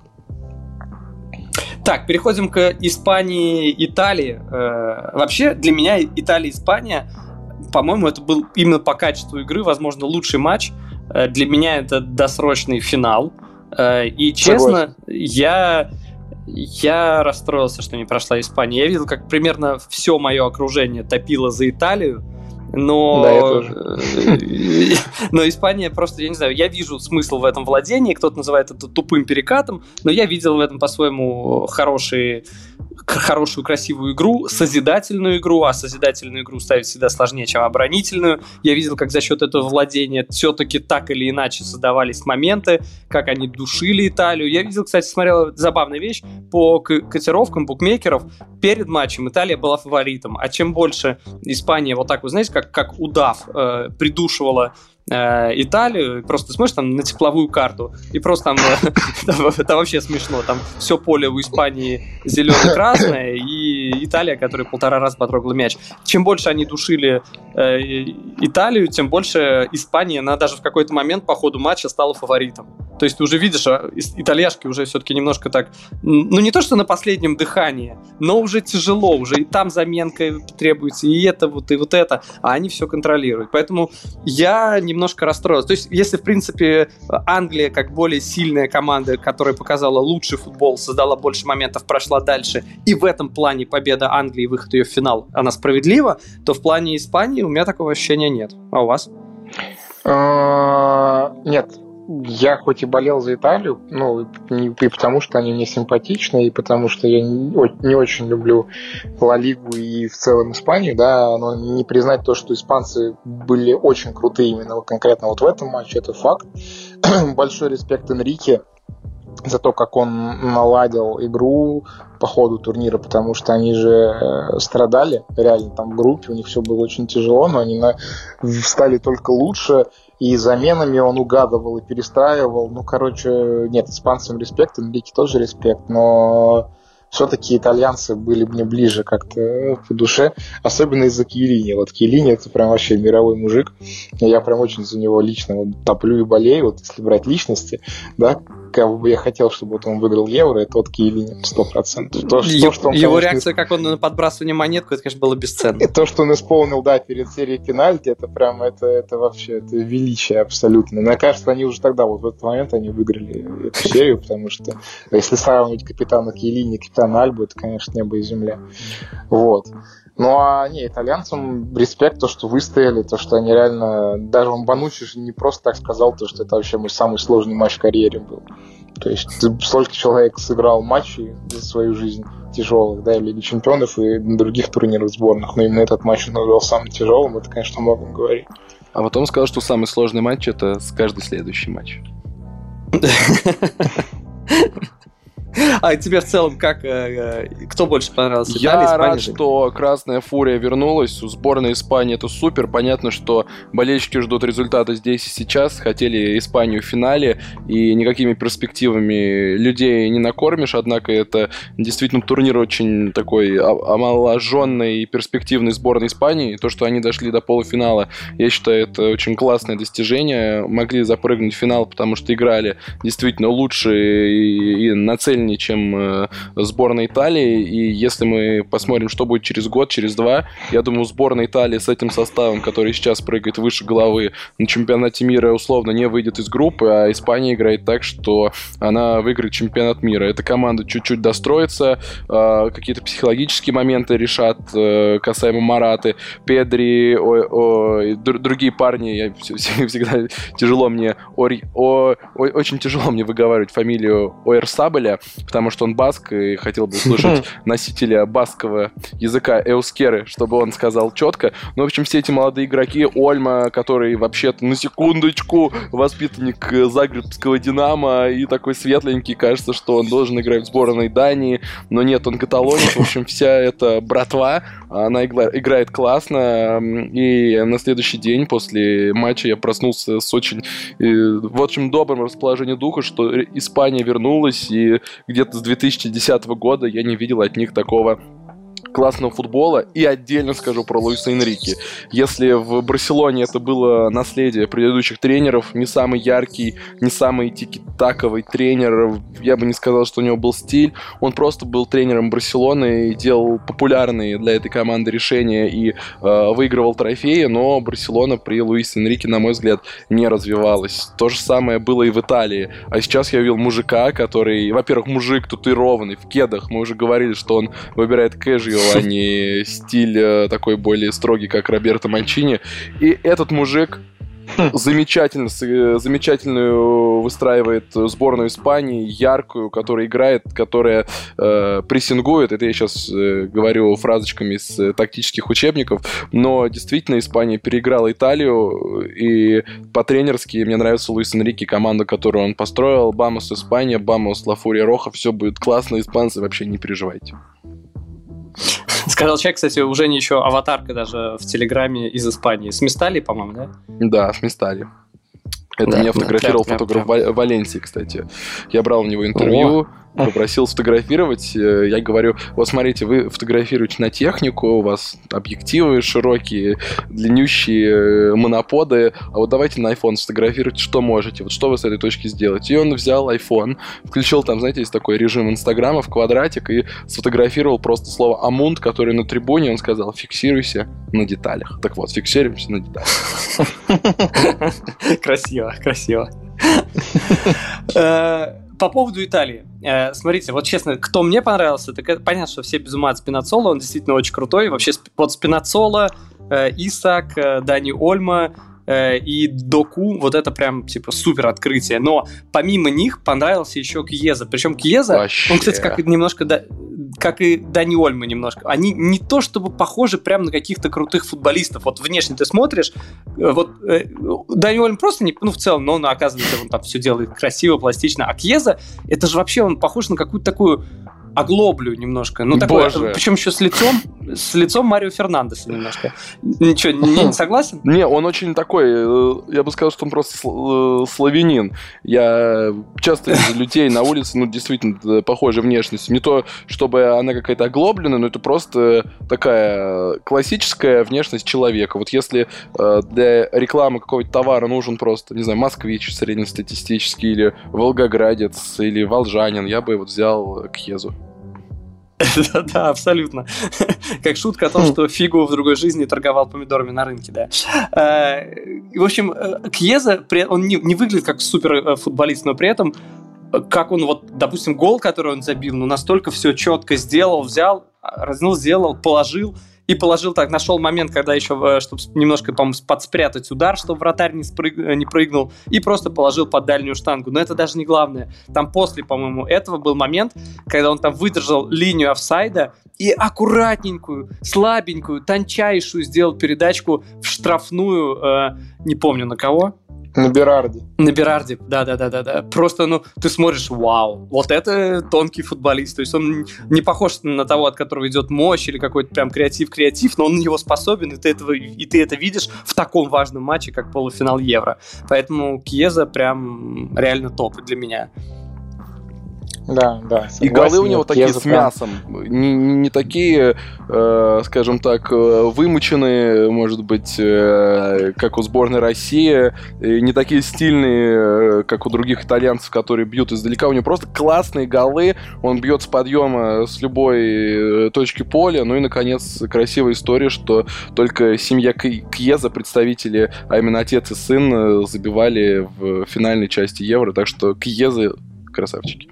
Так, переходим к Испании, Италии. Вообще, для меня Италия и Испания, по-моему, это был именно по качеству игры, возможно, лучший матч. Для меня это досрочный финал. И, честно, я расстроился, что не прошла Испания. Я видел, как примерно все мое окружение топило за Италию. Но,
да, я тоже.
Но Испания просто, я не знаю, я вижу смысл в этом владении, кто-то называет это тупым перекатом, но я видел в этом по-своему хорошую, красивую игру, созидательную игру, а созидательную игру ставить всегда сложнее, чем оборонительную. Я видел, как за счет этого владения все-таки так или иначе создавались моменты, как они душили Италию. Я видел, кстати, смотрел забавную вещь, по котировкам букмекеров перед матчем Италия была фаворитом, а чем больше Испания, вы знаете, как удав придушивала Италию, просто смотришь там на тепловую карту, и просто там вообще смешно, там все поле у Испании зеленое-красное, и Италия, которая 1,5 раза потрогала мяч. Чем больше они душили Италию, тем больше Испания, она даже в какой-то момент по ходу матча стала фаворитом. То есть ты уже видишь, итальяшки уже все-таки немножко так, ну не то что на последнем дыхании, но уже тяжело, уже и там заменка требуется, и это вот, и вот это, а они все контролируют. Поэтому я немножко расстроился. То есть если, в принципе, Англия как более сильная команда, которая показала лучший футбол, создала больше моментов, прошла дальше, и в этом плане победа Англии, выход ее в финал, она справедлива, то в плане Испании у меня такого ощущения нет. А у вас?
Нет. Я хоть и болел за Италию, ну, и потому что они мне симпатичны, и потому что я не очень люблю Ла Лигу и в целом Испанию, да, но не признать то, что испанцы были очень крутые именно конкретно вот в этом матче, это факт. Большой респект Энрике за то, как он наладил игру по ходу турнира, потому что они же страдали реально там в группе, у них все было очень тяжело, но они стали только лучше, и заменами он угадывал и перестраивал. Ну, короче, нет, испанцам респект, Энрике тоже респект, но все-таки итальянцы были мне ближе как-то по душе, особенно из-за Кьелини. Вот Кьелини — это прям вообще мировой мужик, я прям очень за него лично вот топлю и болею, вот если брать личности, да, кого бы я хотел, чтобы вот он выиграл Евро, это вот Кьелини 100%.
Его реакция, как он на подбрасывание монетку, это, конечно, было бесценно.
И то, что он исполнил, да, перед серией пенальти, это прям, это вообще, это величие абсолютно. Мне кажется, они уже тогда, вот в этот момент, они выиграли эту серию, потому что если сравнивать капитана Кьелини и капитана Альбу, это, конечно, небо и земля. Вот. Ну, а не, итальянцам респект, то, что выстояли, то, что они реально... Даже он Бануччи не просто так сказал, то, что это вообще мой самый сложный матч в карьере был. То есть столько человек сыграл матчей за свою жизнь тяжелых, да, и в Лиге Чемпионов, и на других турнирах сборных, но именно этот матч он назвал самым тяжелым, это, конечно, о многом говорит.
А потом сказал, что самый сложный матч — это каждый следующий матч.
А тебе в целом как, кто больше понравился?
Италия, я рад, что Красная Фурия вернулась. У сборной Испании это супер. Понятно, что болельщики ждут результата здесь и сейчас. Хотели Испанию в финале, и никакими перспективами людей не накормишь. Однако это действительно турнир очень такой омоложенной и перспективной сборной Испании. То, что они дошли до полуфинала, я считаю, это очень классное достижение. Могли запрыгнуть в финал, потому что играли действительно лучше и нацеленнее, чем сборная Италии. И если мы посмотрим, что будет через год, через два, я думаю, сборная Италии с этим составом, который сейчас прыгает выше головы на чемпионате мира, условно не выйдет из группы, а Испания играет так, что она выиграет чемпионат мира. Эта команда чуть-чуть достроится, какие-то психологические моменты решат касаемо Мараты, Педри, другие парни. Я всегда тяжело мне очень тяжело мне выговаривать фамилию Ойерсабеля, потому что он баск, и хотел бы услышать носителя баскского языка Эускеры, чтобы он сказал четко. Ну, в общем, все эти молодые игроки, Ольма, который вообще-то, на секундочку, воспитанник загребского Динамо, и такой светленький, кажется, что он должен играть в сборной Дании, но нет, он каталонец. В общем, вся эта братва, она играет классно, и на следующий день после матча я проснулся с очень, в общем, добрым расположением духа, что Испания вернулась, и где-то с 2010 года я не видел от них такого классного футбола. И отдельно скажу про Луиса Энрике. Если в Барселоне это было наследие предыдущих тренеров, не самый яркий, не самый тики-таковый тренер, я бы не сказал, что у него был стиль. Он просто был тренером Барселоны и делал популярные для этой команды решения и выигрывал трофеи, но Барселона при Луисе Энрике, на мой взгляд, не развивалась. То же самое было и в Италии. А сейчас я увидел мужика, который, во-первых, мужик татуированный, в кедах. Мы уже говорили, что он выбирает casual, а не стиль такой более строгий, как Роберто Манчини. И этот мужик замечательную выстраивает сборную Испании, яркую, которая играет, которая прессингует. Это я сейчас говорю фразочками из тактических учебников, но действительно Испания переиграла Италию, и по-тренерски мне нравится Луис Энрике, команда, которую он построил. Бамос Испания, Бамос Ла Фурия Роха, все будет классно, испанцы, вообще не переживайте.
Сказал человек, кстати, у Жени еще аватарка даже в Телеграме из Испании. С Местали, по-моему, да?
Да, с Местали. Это меня фотографировал фотограф Валенсии, кстати. Я брал у него интервью, попросил сфотографировать. Я говорю, вот смотрите, вы фотографируете на технику, у вас объективы широкие, длиннющие моноподы, а вот давайте на iPhone сфотографируйте, что можете, вот что вы с этой точки сделаете. И он взял iPhone, включил там, знаете, есть такой режим Инстаграма в квадратик и сфотографировал просто слово «Амунд», который на трибуне, он сказал, фиксируйся на деталях. Так вот, фиксируемся на деталях.
Красиво, красиво. По поводу Италии. Смотрите, вот честно, кто мне понравился, так понятно, что все без ума от Спинаццола, он действительно очень крутой. Вообще, вот Спинаццола, Исак, Дани Ольмо и Доку, вот это прям, типа, супер открытие. Но помимо них понравился еще Кьеза. Причем Кьеза, он, кстати, как и Дани Ольмо немножко. Они не то чтобы похожи прям на каких-то крутых футболистов. Вот внешне ты смотришь, вот Дани Ольмо просто, в целом, но он, оказывается, он там все делает красиво, пластично. А Кьеза, это же вообще он похож на какую-то такую оглоблю немножко. Ну, такое, причем еще с лицом Марио Фернандеса немножко. Ничего, не согласен?
Не, он очень такой, я бы сказал, что он просто славянин. Я часто вижу людей на улице, действительно, похожей внешности. Не то, чтобы она какая-то оглобленная, но это просто такая классическая внешность человека. Вот если для рекламы какого-то товара нужен просто, не знаю, москвич среднестатистический, или волгоградец, или волжанин, я бы взял Кьезу.
Да, абсолютно. Как шутка о том, что Фигу в другой жизни торговал помидорами на рынке, да. В общем, Кьеза, он не выглядит как супер футболист, но при этом, как он, вот, допустим, гол, который он забил, настолько все четко сделал, взял, разнул, сделал, положил так, нашел момент, когда еще, чтобы немножко, по-моему, подспрятать удар, чтобы вратарь не прыгнул, и просто положил под дальнюю штангу. Но это даже не главное. Там после, по-моему, этого был момент, когда он там выдержал линию офсайда и аккуратненькую, слабенькую, тончайшую сделал передачку в штрафную, не помню на кого.
На Берарди.
Да. Просто, ты смотришь, вау, вот это тонкий футболист. То есть он не похож на того, от которого идет мощь или какой-то прям креатив, но он на него способен, и ты это видишь в таком важном матче, как полуфинал Евро. Поэтому Кьеза прям реально топ для меня.
Да.
И голы у него такие с мясом. Не такие, скажем так, вымученные, может быть, как у сборной России. Не такие стильные, как у других итальянцев, которые бьют издалека. У него просто классные голы. Он бьет с подъема с любой точки поля. Ну и, наконец, красивая история, что только семья Кьеза, представители, а именно отец и сын, забивали в финальной части Евро. Так что Кьеза красавчики.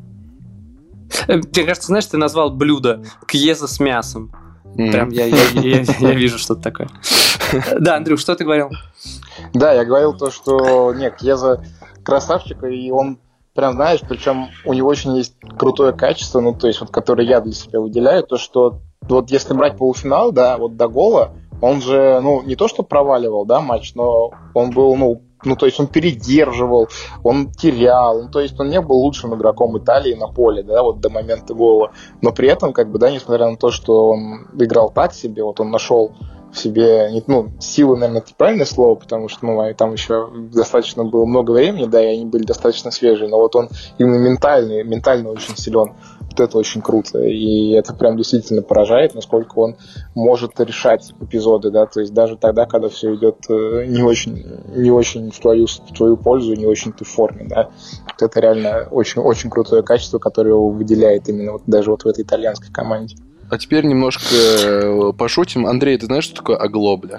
Мне кажется, знаешь, ты назвал блюдо Кьеза с мясом. Прям я вижу что-то такое. Да, Андрюш, что ты говорил?
Да, я говорил то, что Кьеза красавчик, и он прям, знаешь, причем у него очень есть крутое качество, то есть, которое я для себя выделяю, то, что вот если брать полуфинал, да, вот до гола, он же, не то, что проваливал, да, матч, но он был, то есть он передерживал, он терял, то есть он не был лучшим игроком Италии на поле, да, вот до момента гола. Но при этом, несмотря на то, что он играл так себе, вот он нашел в себе, силы, наверное, это правильное слово, потому что, там еще достаточно было много времени, да, и они были достаточно свежие, но вот он именно ментально очень силен. Вот это очень круто, и это прям действительно поражает, насколько он может решать эпизоды, да, то есть даже тогда, когда все идет не очень в твою пользу, не очень ты в форме, да, вот это реально очень крутое качество, которое его выделяет именно даже в этой итальянской команде.
А теперь немножко пошутим. Андрей, ты знаешь, что такое оглобля?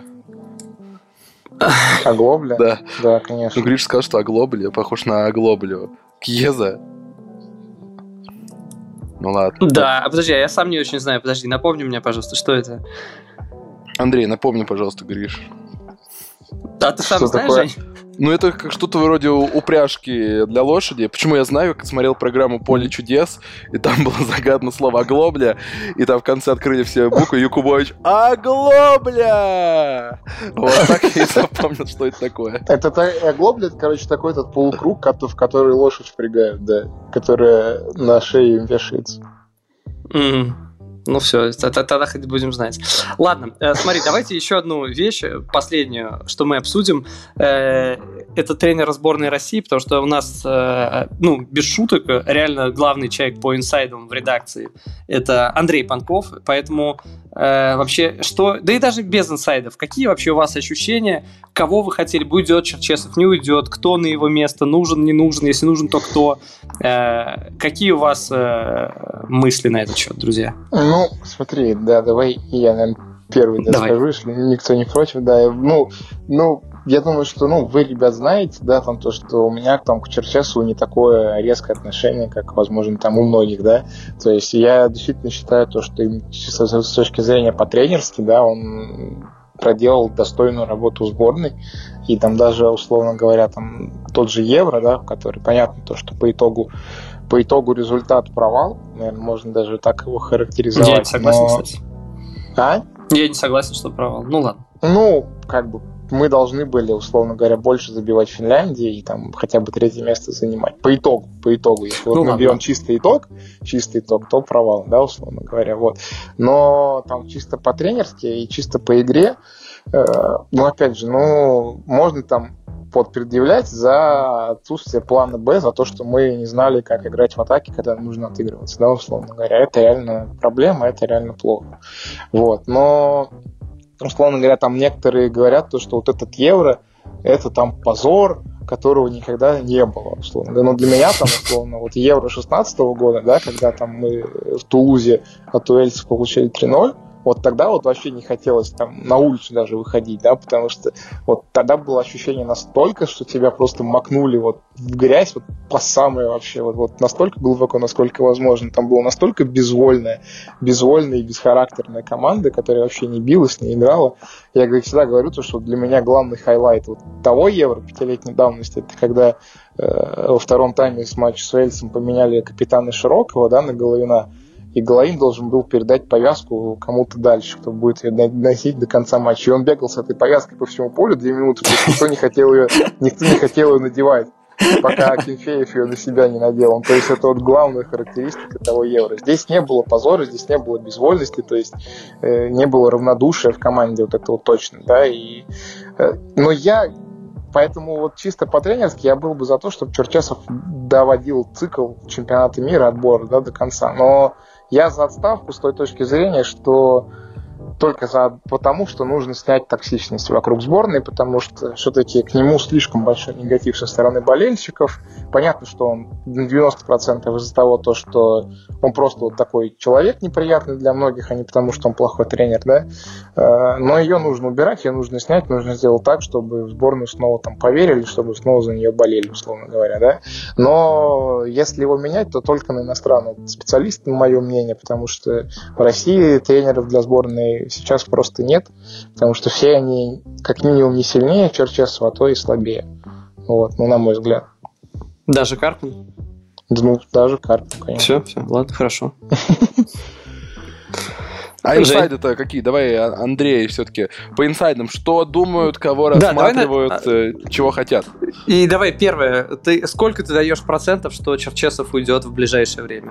Оглобля?
Да.
Да, конечно.
Гриш сказал, что оглобля похож на оглоблю. Кьеза. Ладно.
Да, подожди, я сам не очень знаю. Подожди, напомни мне, пожалуйста, что это?
Андрей, напомни, пожалуйста, Гриш.
А ты сам знаешь, Жень?
Это как что-то вроде упряжки для лошади. Почему я знаю, как смотрел программу «Поле чудес», и там было загадано слово «оглобля», и там в конце открыли все буквы, Якубович «Оглобля!» Вот так я и запомнил, что это такое.
Оглобля, это, такой этот полукруг, в который лошадь впрягают, да, которая на шее им вешается.
Ну все, тогда хоть будем знать. Ладно, смотри, давайте еще одну вещь, последнюю, что мы обсудим. Это тренер сборной России, потому что у нас, без шуток, реально главный человек по инсайдам в редакции – это Андрей Панков. Поэтому вообще что… Да и даже без инсайдов. Какие вообще у вас ощущения? Кого вы хотели? Уйдет Черчесов, не уйдет? Кто на его место? Нужен, не нужен? Если нужен, то кто? Какие у вас мысли на этот счет, друзья?
Ну, смотри, да, давай я, наверное, первый скажу, если никто не против, да. Я думаю, что, вы, ребят, знаете, да, там то, что у меня там к Черчесову не такое резкое отношение, как, возможно, там у многих, да. То есть я действительно считаю то, что с точки зрения по-тренерски, да, он проделал достойную работу в сборной. И там даже, условно говоря, там тот же Евро, да, который, понятно, то, что по итогу результат провал, наверное, можно даже так его характеризовать.
Я не согласен, кстати.
А?
Я не согласен, что провал. Ну ладно.
Мы должны были, условно говоря, больше забивать в Финляндии и там хотя бы 3-е место занимать. По итогу. Если мы берем чистый итог, то провал, да, условно говоря. Вот. Но там чисто по-тренерски и чисто по игре, опять же, можно там предъявлять за отсутствие плана Б, за то, что мы не знали, как играть в атаке, когда нужно отыгрываться, да, условно говоря. Это реально проблема, это реально плохо. Вот. Но, условно говоря, там некоторые говорят, что вот этот Евро, это там позор, которого никогда не было, условно. Но для меня там, условно, вот Евро 16-го года, да, когда там мы в Тулузе от уэльцев получили 3-0, вот тогда вот вообще не хотелось там на улицу даже выходить, да, потому что вот тогда было ощущение настолько, что тебя просто макнули вот в грязь, вот по самой вообще, вот настолько глубоко, насколько возможно. Там была настолько безвольная и бесхарактерная команда, которая вообще не билась, не играла. Я всегда говорю, что для меня главный хайлайт вот того Евро 5-летней давности, это когда во втором тайме с матча с Уэльсом поменяли капитана Широкого, да, на Головина, и Головин должен был передать повязку кому-то дальше, кто будет ее носить до конца матча. И он бегал с этой повязкой по всему полю 2 минуты, потому что никто не хотел ее надевать, пока Акинфеев ее на себя не надел. То есть это вот главная характеристика того Евро. Здесь не было позора, здесь не было безвольности, то есть не было равнодушия в команде, вот это вот точно, да. Поэтому вот чисто по-тренерски я был бы за то, чтобы Черчесов доводил цикл чемпионата мира, отбора, да, до конца. Но я за отставку с той точки зрения, что только потому, что нужно снять токсичность вокруг сборной, потому что все-таки к нему слишком большой негатив со стороны болельщиков. Понятно, что он на 90% из-за того, что он просто вот такой человек неприятный для многих, а не потому, что он плохой тренер, да. Но ее нужно убирать, ее нужно снять, нужно сделать так, чтобы в сборную снова там поверили, чтобы снова за нее болели, условно говоря, да. Но если его менять, то только на иностранного специалиста, на мое мнение, потому что в России тренеров для сборной сейчас просто нет, потому что все они как минимум не сильнее Черчесова, а то и слабее. Вот, на мой взгляд.
Даже Карпин?
Даже Карпин, конечно.
Все, ладно, хорошо.
А инсайды-то какие? Давай, Андрей, все-таки по инсайдам. Что думают, кого рассматривают, чего хотят?
И давай первое. Сколько ты даешь процентов, что Черчесов уйдет в ближайшее время?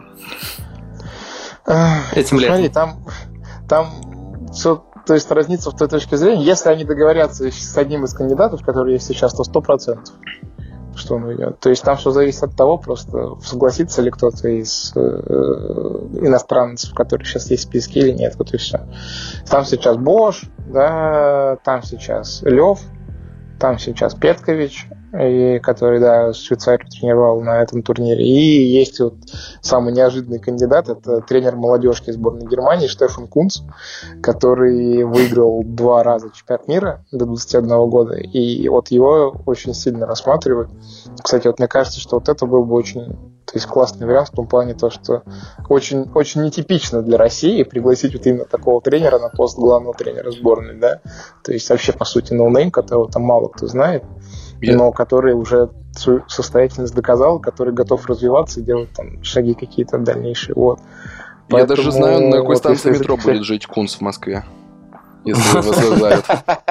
Этим летом.
Смотри, там все, то есть разница в той точке зрения, если они договорятся с одним из кандидатов, который есть сейчас, то 100%, что он уйдет. То есть там все зависит от того, просто согласится ли кто-то из иностранцев, которые сейчас есть в списке или нет, вот и все. Там сейчас Бош, да, там сейчас Лев, там сейчас Петкович, который, да, Швейцарию тренировал на этом турнире. И есть вот самый неожиданный кандидат, это тренер молодежки сборной Германии Штефан Кунц, который выиграл 2 раза чемпионат мира до 21 года. И вот его очень сильно рассматривают. Кстати, вот мне кажется, что вот это был бы очень, то есть классный вариант в том плане, то, что очень, очень нетипично для России пригласить вот именно такого тренера на пост главного тренера сборной, да. То есть вообще, по сути, ноунейм, которого там мало кто знает, но который уже свою состоятельность доказал, который готов развиваться и делать там шаги какие-то дальнейшие. Вот.
Я даже знаю, на какой станции метро будет жить Кунц в Москве, если его создают.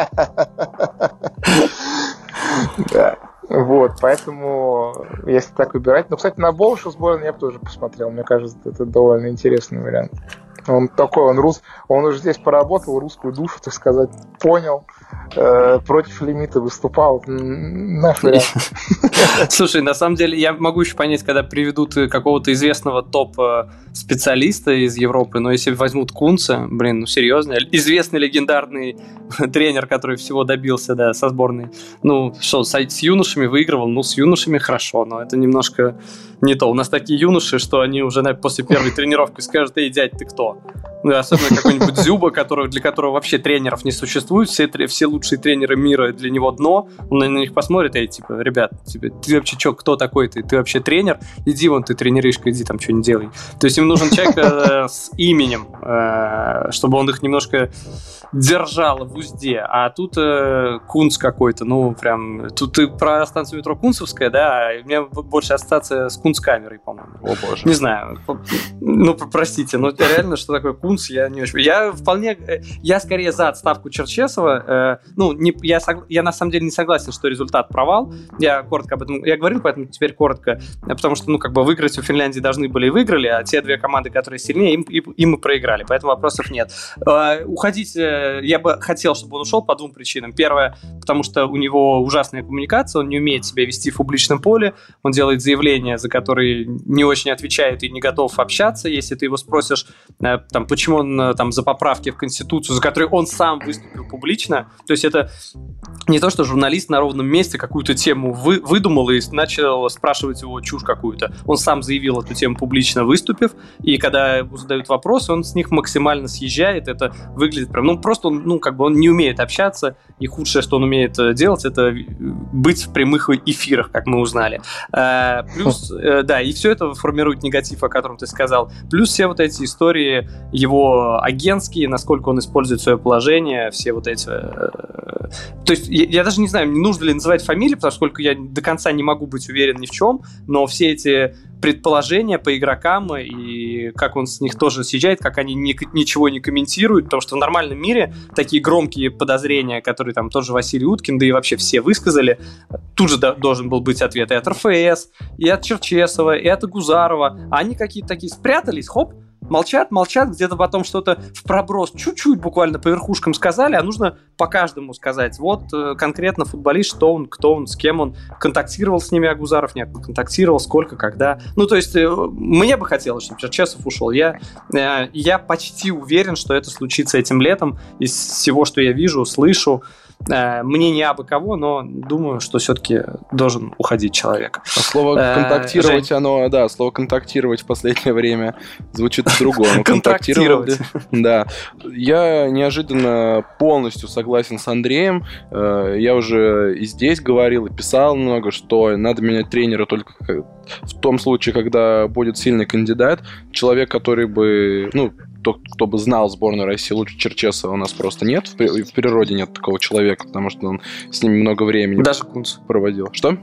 Да. Вот, поэтому, если так выбирать... Ну, кстати, на Боуша сборной я бы тоже посмотрел. Мне кажется, это довольно интересный вариант. Он такой, он уже здесь поработал, русскую душу, так сказать, понял, против лимита выступал. Наш вариант.
Слушай, на самом деле, я могу еще понять, когда приведут какого-то известного топ-специалиста из Европы, но если возьмут Кунца, блин, ну серьезно, известный легендарный тренер, который всего добился, да, со сборной. Ну, что, с юношами выигрывал, ну, с юношами хорошо, но это немножко не то. У нас такие юноши, что они уже после первой тренировки скажут: эй, дядь, ты кто? Ну, особенно какой-нибудь Зюба, для которого вообще тренеров не существует, все лучшие тренеры мира для него дно, он на них посмотрит, и типа: ребят, ты вообще что, кто такой ты? Ты вообще тренер? Иди вон, ты тренеришка, иди там что-нибудь делай. То есть им нужен человек с именем, чтобы он их немножко держал в узде. А тут Кунц какой-то, ну прям... Тут ты про станцию метро Кунцевская, да? У меня больше ассоциация с Кунцкамерой, по-моему.
О боже.
Не знаю. Ну, простите, но реально, что такое Кунц, я не очень... Я скорее за отставку Черчесова. Я на самом деле не согласен, что результат провал. Я коротко об этом... Я говорил, поэтому теперь коротко. Потому что, выиграть у Финляндии должны были и выиграли, а те две команды, которые сильнее, им и проиграли. Поэтому вопросов нет. Уходить... Я бы хотел, чтобы он ушел по двум причинам. Первое, потому что у него ужасная коммуникация, он не умеет себя вести в публичном поле, он делает заявления, за которые не очень отвечает и не готов общаться. Если ты его спросишь, почему он за поправки в Конституцию, за которые он сам выступил публично, то есть это не то, что журналист на ровном месте какую-то тему выдумал и начал спрашивать его чушь какую-то. Он сам заявил эту тему публично, выступив, и когда ему задают вопросы, он с них максимально съезжает. Это выглядит прям... просто он не умеет общаться, и худшее, что он умеет делать, это быть в прямых эфирах, как мы узнали. Плюс, да, и все это формирует негатив, о котором ты сказал. Плюс все вот эти истории его агентские, насколько он использует свое положение, все вот эти... То есть я даже не знаю, нужно ли называть фамилии, поскольку я до конца не могу быть уверен ни в чем, но все эти предположения по игрокам и как он с них тоже съезжает, как они ничего не комментируют, потому что в нормальном мире такие громкие подозрения, которые там тоже Василий Уткин, да и вообще все высказали, тут же должен был быть ответ и от РФС, и от Черчесова, и от Агузарова, а они какие-то такие спрятались, хоп, молчат, где-то потом что-то в проброс чуть-чуть буквально по верхушкам сказали, а нужно по каждому сказать. Вот конкретно футболист, что он, кто он, с кем он, контактировал с ними Агузаров, нет, контактировал, сколько, когда. Ну, то есть, мне бы хотелось, чтобы Черчесов ушел. Я почти уверен, что это случится этим летом. Из всего, что я вижу, слышу, мне не абы кого, но думаю, что все-таки должен уходить человек.
А слово контактировать, слово контактировать в последнее время звучит по-другому.
Контактировать.
Да. Я неожиданно полностью согласен с Андреем. Я уже и здесь говорил, и писал много, что надо менять тренера только в том случае, когда будет сильный кандидат. Человек, который бы, кто бы знал сборную России лучше Черчесова, у нас просто нет. В природе нет такого человека, потому что он с ним много времени проводил. Что?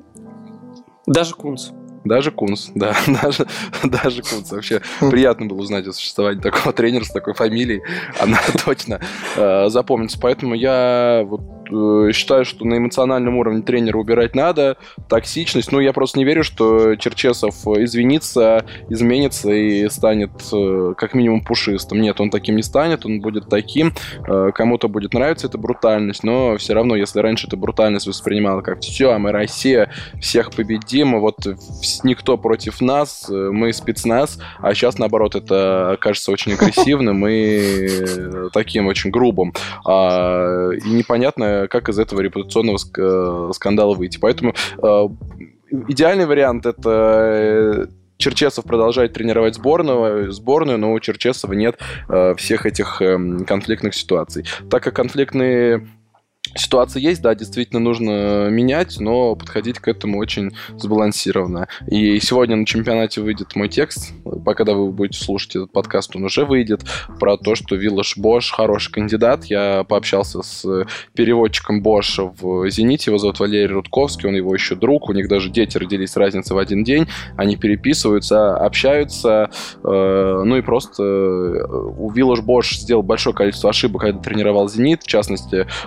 Даже Кунц.
Даже Кунц, да, даже Кунц. Вообще приятно было узнать о существовании такого тренера с такой фамилией. Она точно запомнится. Поэтому я считаю, что на эмоциональном уровне тренера убирать надо. Токсичность. Я просто не верю, что Черчесов извинится, изменится и станет как минимум пушистым. Нет, он таким не станет, он будет таким. Кому-то будет нравиться эта брутальность, но все равно, если раньше эта брутальность воспринимала как все, мы Россия, всех победим, никто против нас, мы спецназ, а сейчас, наоборот, это кажется очень агрессивным и таким очень грубым. И непонятно, как из этого репутационного скандала выйти. Поэтому идеальный вариант — это Черчесов продолжает тренировать сборную, но у Черчесова нет всех этих конфликтных ситуаций. Так как конфликтные ситуация есть, да, действительно нужно менять, но подходить к этому очень сбалансированно. И сегодня на чемпионате выйдет мой текст, когда вы будете слушать этот подкаст, он уже выйдет, про то, что Вилош Бош хороший кандидат. Я пообщался с переводчиком Боша в «Зените», его зовут Валерий Рудковский, он его еще друг, у них даже дети родились с разницей в один день, они переписываются, общаются, и просто у Вилош Бош сделал большое количество ошибок, когда тренировал «Зенит», в частности,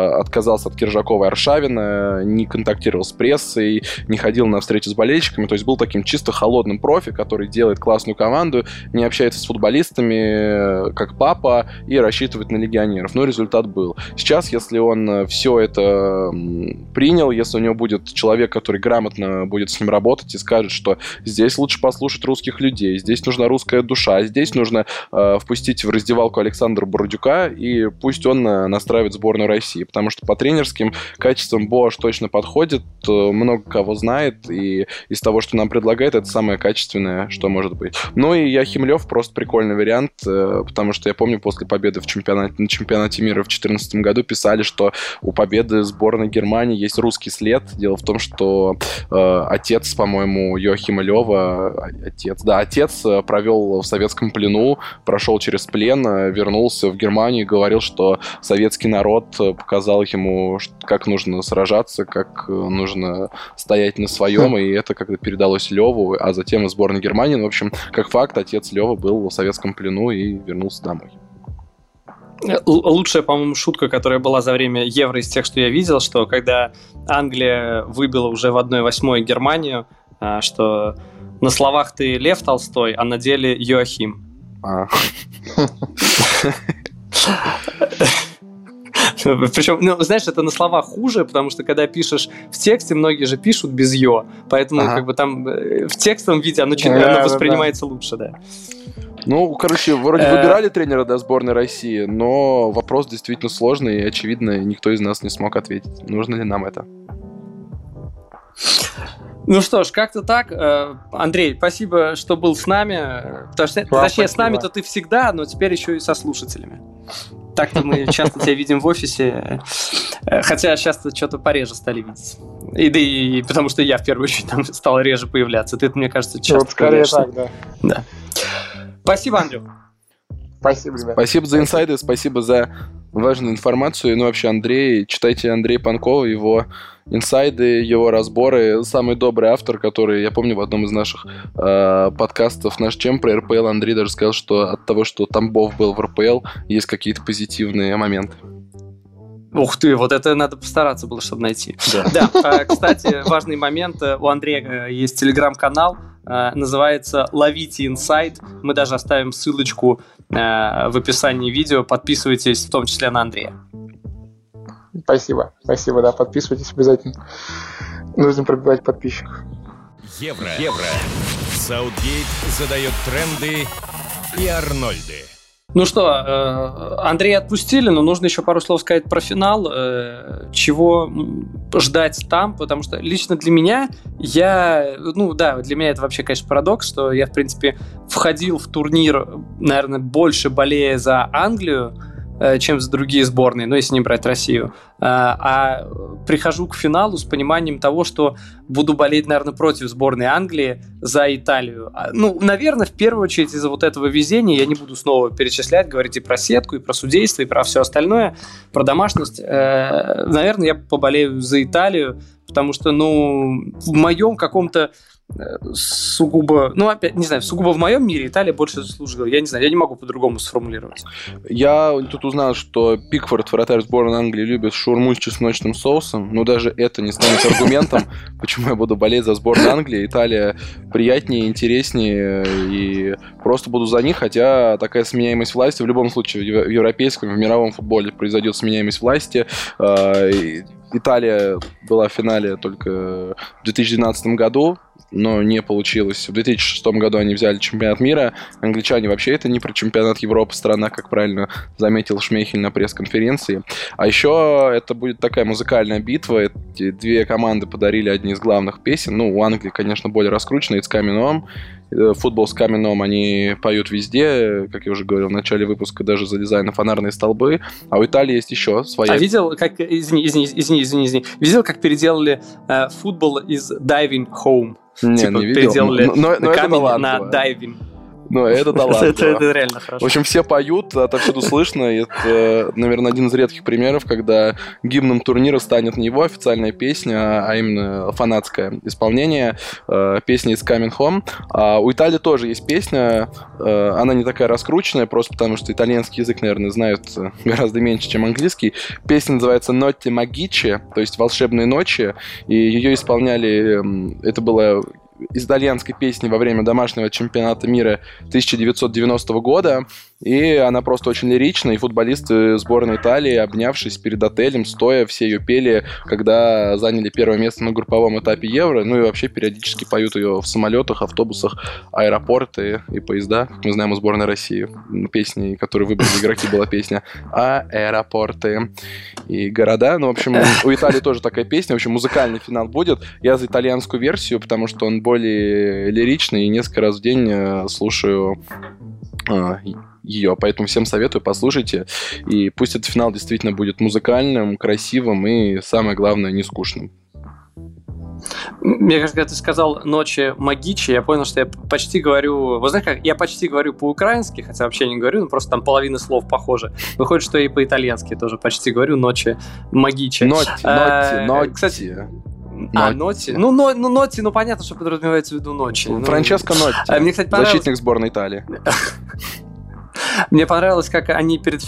отказался от Киржакова и Аршавина, не контактировал с прессой, не ходил на встречи с болельщиками, то есть был таким чисто холодным профи, который делает классную команду, не общается с футболистами, как папа, и рассчитывает на легионеров. Но результат был. Сейчас, если он все это принял, если у него будет человек, который грамотно будет с ним работать и скажет, что здесь лучше послушать русских людей, здесь нужна русская душа, здесь нужно впустить в раздевалку Александра Бородюка, и пусть он настраивает сборную России, потому что по тренерским качествам Боаш точно подходит, много кого знает, и из того, что нам предлагает, это самое качественное, что может быть. Ну и Йоахим Лёв просто прикольный вариант, потому что я помню, после победы на чемпионате мира в 2014 году писали, что у победы сборной Германии есть русский след. Дело в том, что отец, по-моему, Йоахима Лёва, отец провел в советском плену, прошел через плен, вернулся в Германию и говорил, что советский народ показал ему, как нужно сражаться, как нужно стоять на своем, и это как-то передалось Леву, а затем и сборной Германии. Ну, в общем, как факт, отец Лева был в советском плену и вернулся домой.
Лучшая, по-моему, шутка, которая была за время Евро из тех, что я видел, что когда Англия выбила уже в 1/8 Германию, что на словах ты Лев Толстой, а на деле Йоахим. Причем, знаешь, это на словах хуже, потому что когда пишешь в тексте, многие же пишут без «ё», поэтому как бы там в текстовом виде оно воспринимается лучше, да.
Ну, короче, вроде выбирали тренера для сборной России, но вопрос действительно сложный, и, очевидно, никто из нас не смог ответить, нужно ли нам это.
Ну что ж, как-то так. Андрей, спасибо, что был с нами. Точнее, с нами-то ты всегда, но теперь еще и со слушателями. Так-то мы часто тебя видим в офисе, хотя сейчас что-то пореже стали видеть. И потому что я в первую очередь там стал реже появляться. Ты, мне кажется, часто
вот скорее так, да.
Спасибо, Андрюх.
Спасибо, ребят.
Спасибо за инсайды, спасибо за важную информацию. Ну, вообще, Андрей, читайте Андрея Панкова, его инсайды, его разборы. Самый добрый автор, который, я помню, в одном из наших подкастов «Наш чем» про РПЛ Андрей даже сказал, что от того, что Тамбов был в РПЛ, есть какие-то позитивные моменты.
Ух ты, вот это надо постараться было, чтобы найти. Да, кстати, важный момент. У Андрея есть телеграм-канал, называется «Ловите инсайд». Мы даже оставим ссылочку в описании видео. Подписывайтесь, в том числе на Андрея.
Спасибо, да, подписывайтесь обязательно. Нужно пробивать подписчиков.
Евро. Саутгейт задает тренды и Арнольды.
Ну что, Андрея отпустили, но нужно еще пару слов сказать про финал. Чего ждать там, потому что лично для меня, для меня это вообще, конечно, парадокс, что я, в принципе, входил в турнир, наверное, больше болея за Англию, чем за другие сборные, если не брать Россию. А прихожу к финалу с пониманием того, что буду болеть, наверное, против сборной Англии за Италию. Наверное, в первую очередь из-за вот этого везения. Я не буду снова перечислять, говорить и про сетку, и про судейство, и про все остальное, про домашность. Наверное, я поболею за Италию, потому что, в моем каком-то сугубо, опять, не знаю, сугубо в моем мире Италия больше заслужила. Я не знаю, я не могу по-другому сформулировать.
Я тут узнал, что Пикфорд, вратарь сборной Англии, любит шаурму с чесночным соусом, но даже это не станет аргументом, почему я буду болеть за сборную Англии. Италия приятнее, интереснее, и просто буду за них, хотя такая сменяемость власти в любом случае в европейском, в мировом футболе произойдет сменяемость власти. Италия была в финале только в 2012 году, но не получилось. В 2006 году они взяли чемпионат мира. Англичане вообще это не про чемпионат Европы страна, как правильно заметил Шмейхель на пресс-конференции. А еще это будет такая музыкальная битва. Эти две команды подарили одни из главных песен. У Англии, конечно, более раскрученная. It's Coming Home. Футбол с Coming Home они поют везде, как я уже говорил в начале выпуска, даже залезая на фонарные столбы. А у Италии есть еще своя...
А видел, как... Извини. Видел, как переделали футбол из Diving Home?
Не видел.
Переделали
но
камень на дайвинг.
Ну, это талантливо.
Это реально хорошо.
В общем, все поют, отовсюду слышно. Это, наверное, один из редких примеров, когда гимном турнира станет не его официальная песня, а именно фанатское исполнение песни «It's Coming Home». А у Италии тоже есть песня, она не такая раскрученная, просто потому что итальянский язык, наверное, знают гораздо меньше, чем английский. Песня называется «Notte Magiche», то есть «Волшебные ночи», и ее исполняли, это было из итальянской песни во время домашнего чемпионата мира 1990 года, и она просто очень лиричная, и футболисты сборной Италии, обнявшись перед отелем, стоя, все ее пели, когда заняли первое место на групповом этапе Евро, ну и вообще периодически поют ее в самолетах, автобусах, аэропорты и поезда, как мы знаем, у сборной России. Песни, которые выбрали игроки, была песня «Аэропорты» и города. Ну, в общем, у Италии тоже такая песня, в общем, музыкальный финал будет. Я за итальянскую версию, потому что он более лиричный, и несколько раз в день слушаю ее, поэтому всем советую, послушайте, и пусть этот финал действительно будет музыкальным, красивым и, самое главное, не скучным.
Мне кажется, когда ты сказал «Ночи Магичи», я понял, что я почти говорю... Вы знаете, как я почти говорю по-украински, хотя вообще не говорю, но просто там половина слов похожи. Выходит, что я и по-итальянски тоже почти говорю «Ночи Магичи».
Нотти.
Кстати... Нотти. Нотти, понятно, что подразумевается в виду ночи.
Франческо Нотти,
мне, кстати, понравилось...
защитник сборной Италии.
Мне понравилось, как они перед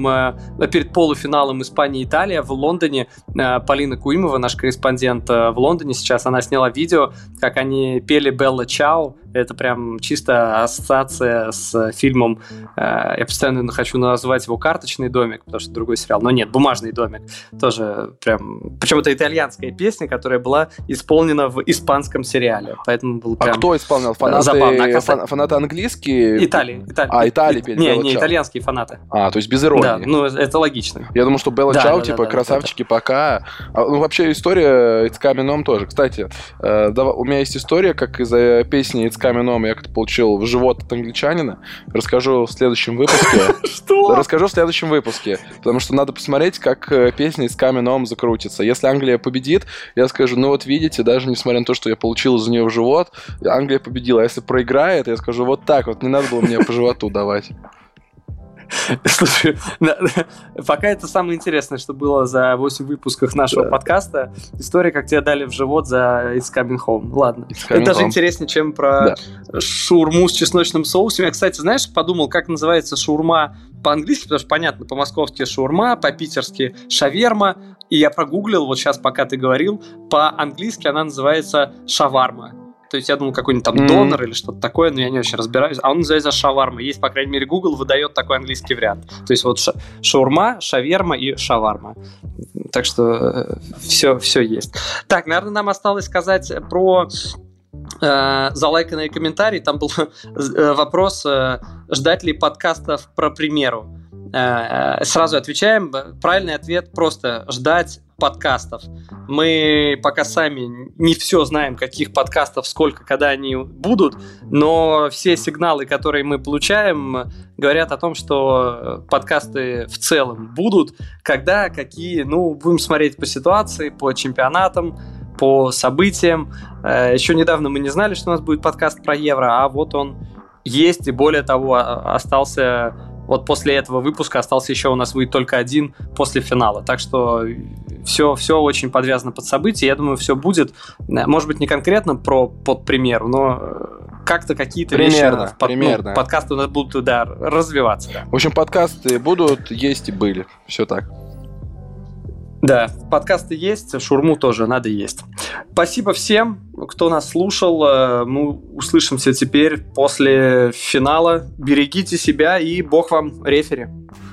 полуфиналом Испания-Италия в Лондоне, Полина Куимова, наш корреспондент в Лондоне сейчас, она сняла видео, как они пели «Белла Чао». Это прям чисто ассоциация с фильмом, я постоянно хочу назвать его «Карточный домик», потому что другой сериал, но нет, «Бумажный домик». Тоже прям... Причем это итальянская песня, которая была исполнена в испанском сериале, поэтому было прям...
А кто исполнял? Фанаты английские?
Италии.
Италии пели «Белла Чао».
Не, итальянские фанаты.
То есть без иронии.
Да, ну это логично.
Я думал, что «Белла Чао», красавчики, пока. Ну, вообще история «It's Coming Home» тоже. Кстати, у меня есть история, как из-за песни «It's Coming Home» я как-то получил в живот от англичанина. Расскажу в следующем выпуске.
Что?
Расскажу в следующем выпуске. Потому что надо посмотреть, как песня «It's Coming Home» закрутится. Если Англия победит, я скажу, ну вот видите, даже несмотря на то, что я получил из-за нее в живот, Англия победила. А если проиграет, я скажу вот так вот. Не надо было мне по животу давать.
Слушай, пока это самое интересное, что было за 8 выпусков нашего подкаста. История, как тебя дали в живот за It's Coming Home. Ладно. Это даже интереснее, чем про шаурму с чесночным соусом. Я, кстати, знаешь, подумал, как называется шаурма по-английски, потому что, понятно, по-московски шаурма, по-питерски шаверма. И я прогуглил, вот сейчас, пока ты говорил, по-английски она называется шаварма. То есть я думал, какой-нибудь там донор или что-то такое, но я не очень разбираюсь. А он называется шаварма. Есть, по крайней мере, Google выдает такой английский вариант. То есть вот шаурма, шаверма и шаварма. Так что все есть. Так, наверное, нам осталось сказать про залайканные комментарии. Там был вопрос, ждать ли подкастов про премьеру. Сразу отвечаем. Правильный ответ просто ждать подкастов. Мы пока сами не все знаем, каких подкастов, сколько, когда они будут, но все сигналы, которые мы получаем, говорят о том, что подкасты в целом будут. Когда, какие, будем смотреть по ситуации, по чемпионатам, по событиям. Еще недавно мы не знали, что у нас будет подкаст про Евро, а вот он есть, и более того, остался... Вот после этого выпуска остался еще у нас выйдет только один после финала. Так что все очень подвязано под события. Я думаю, все будет. Может быть, не конкретно под премьеру, но как-то какие-то
примерно.
Подкасты у нас будут развиваться. Да.
В общем, подкасты будут, есть и были. Все так.
Да, подкасты есть, шаурму тоже надо есть. Спасибо всем, кто нас слушал. Мы услышимся теперь после финала. Берегите себя и бог вам рефери.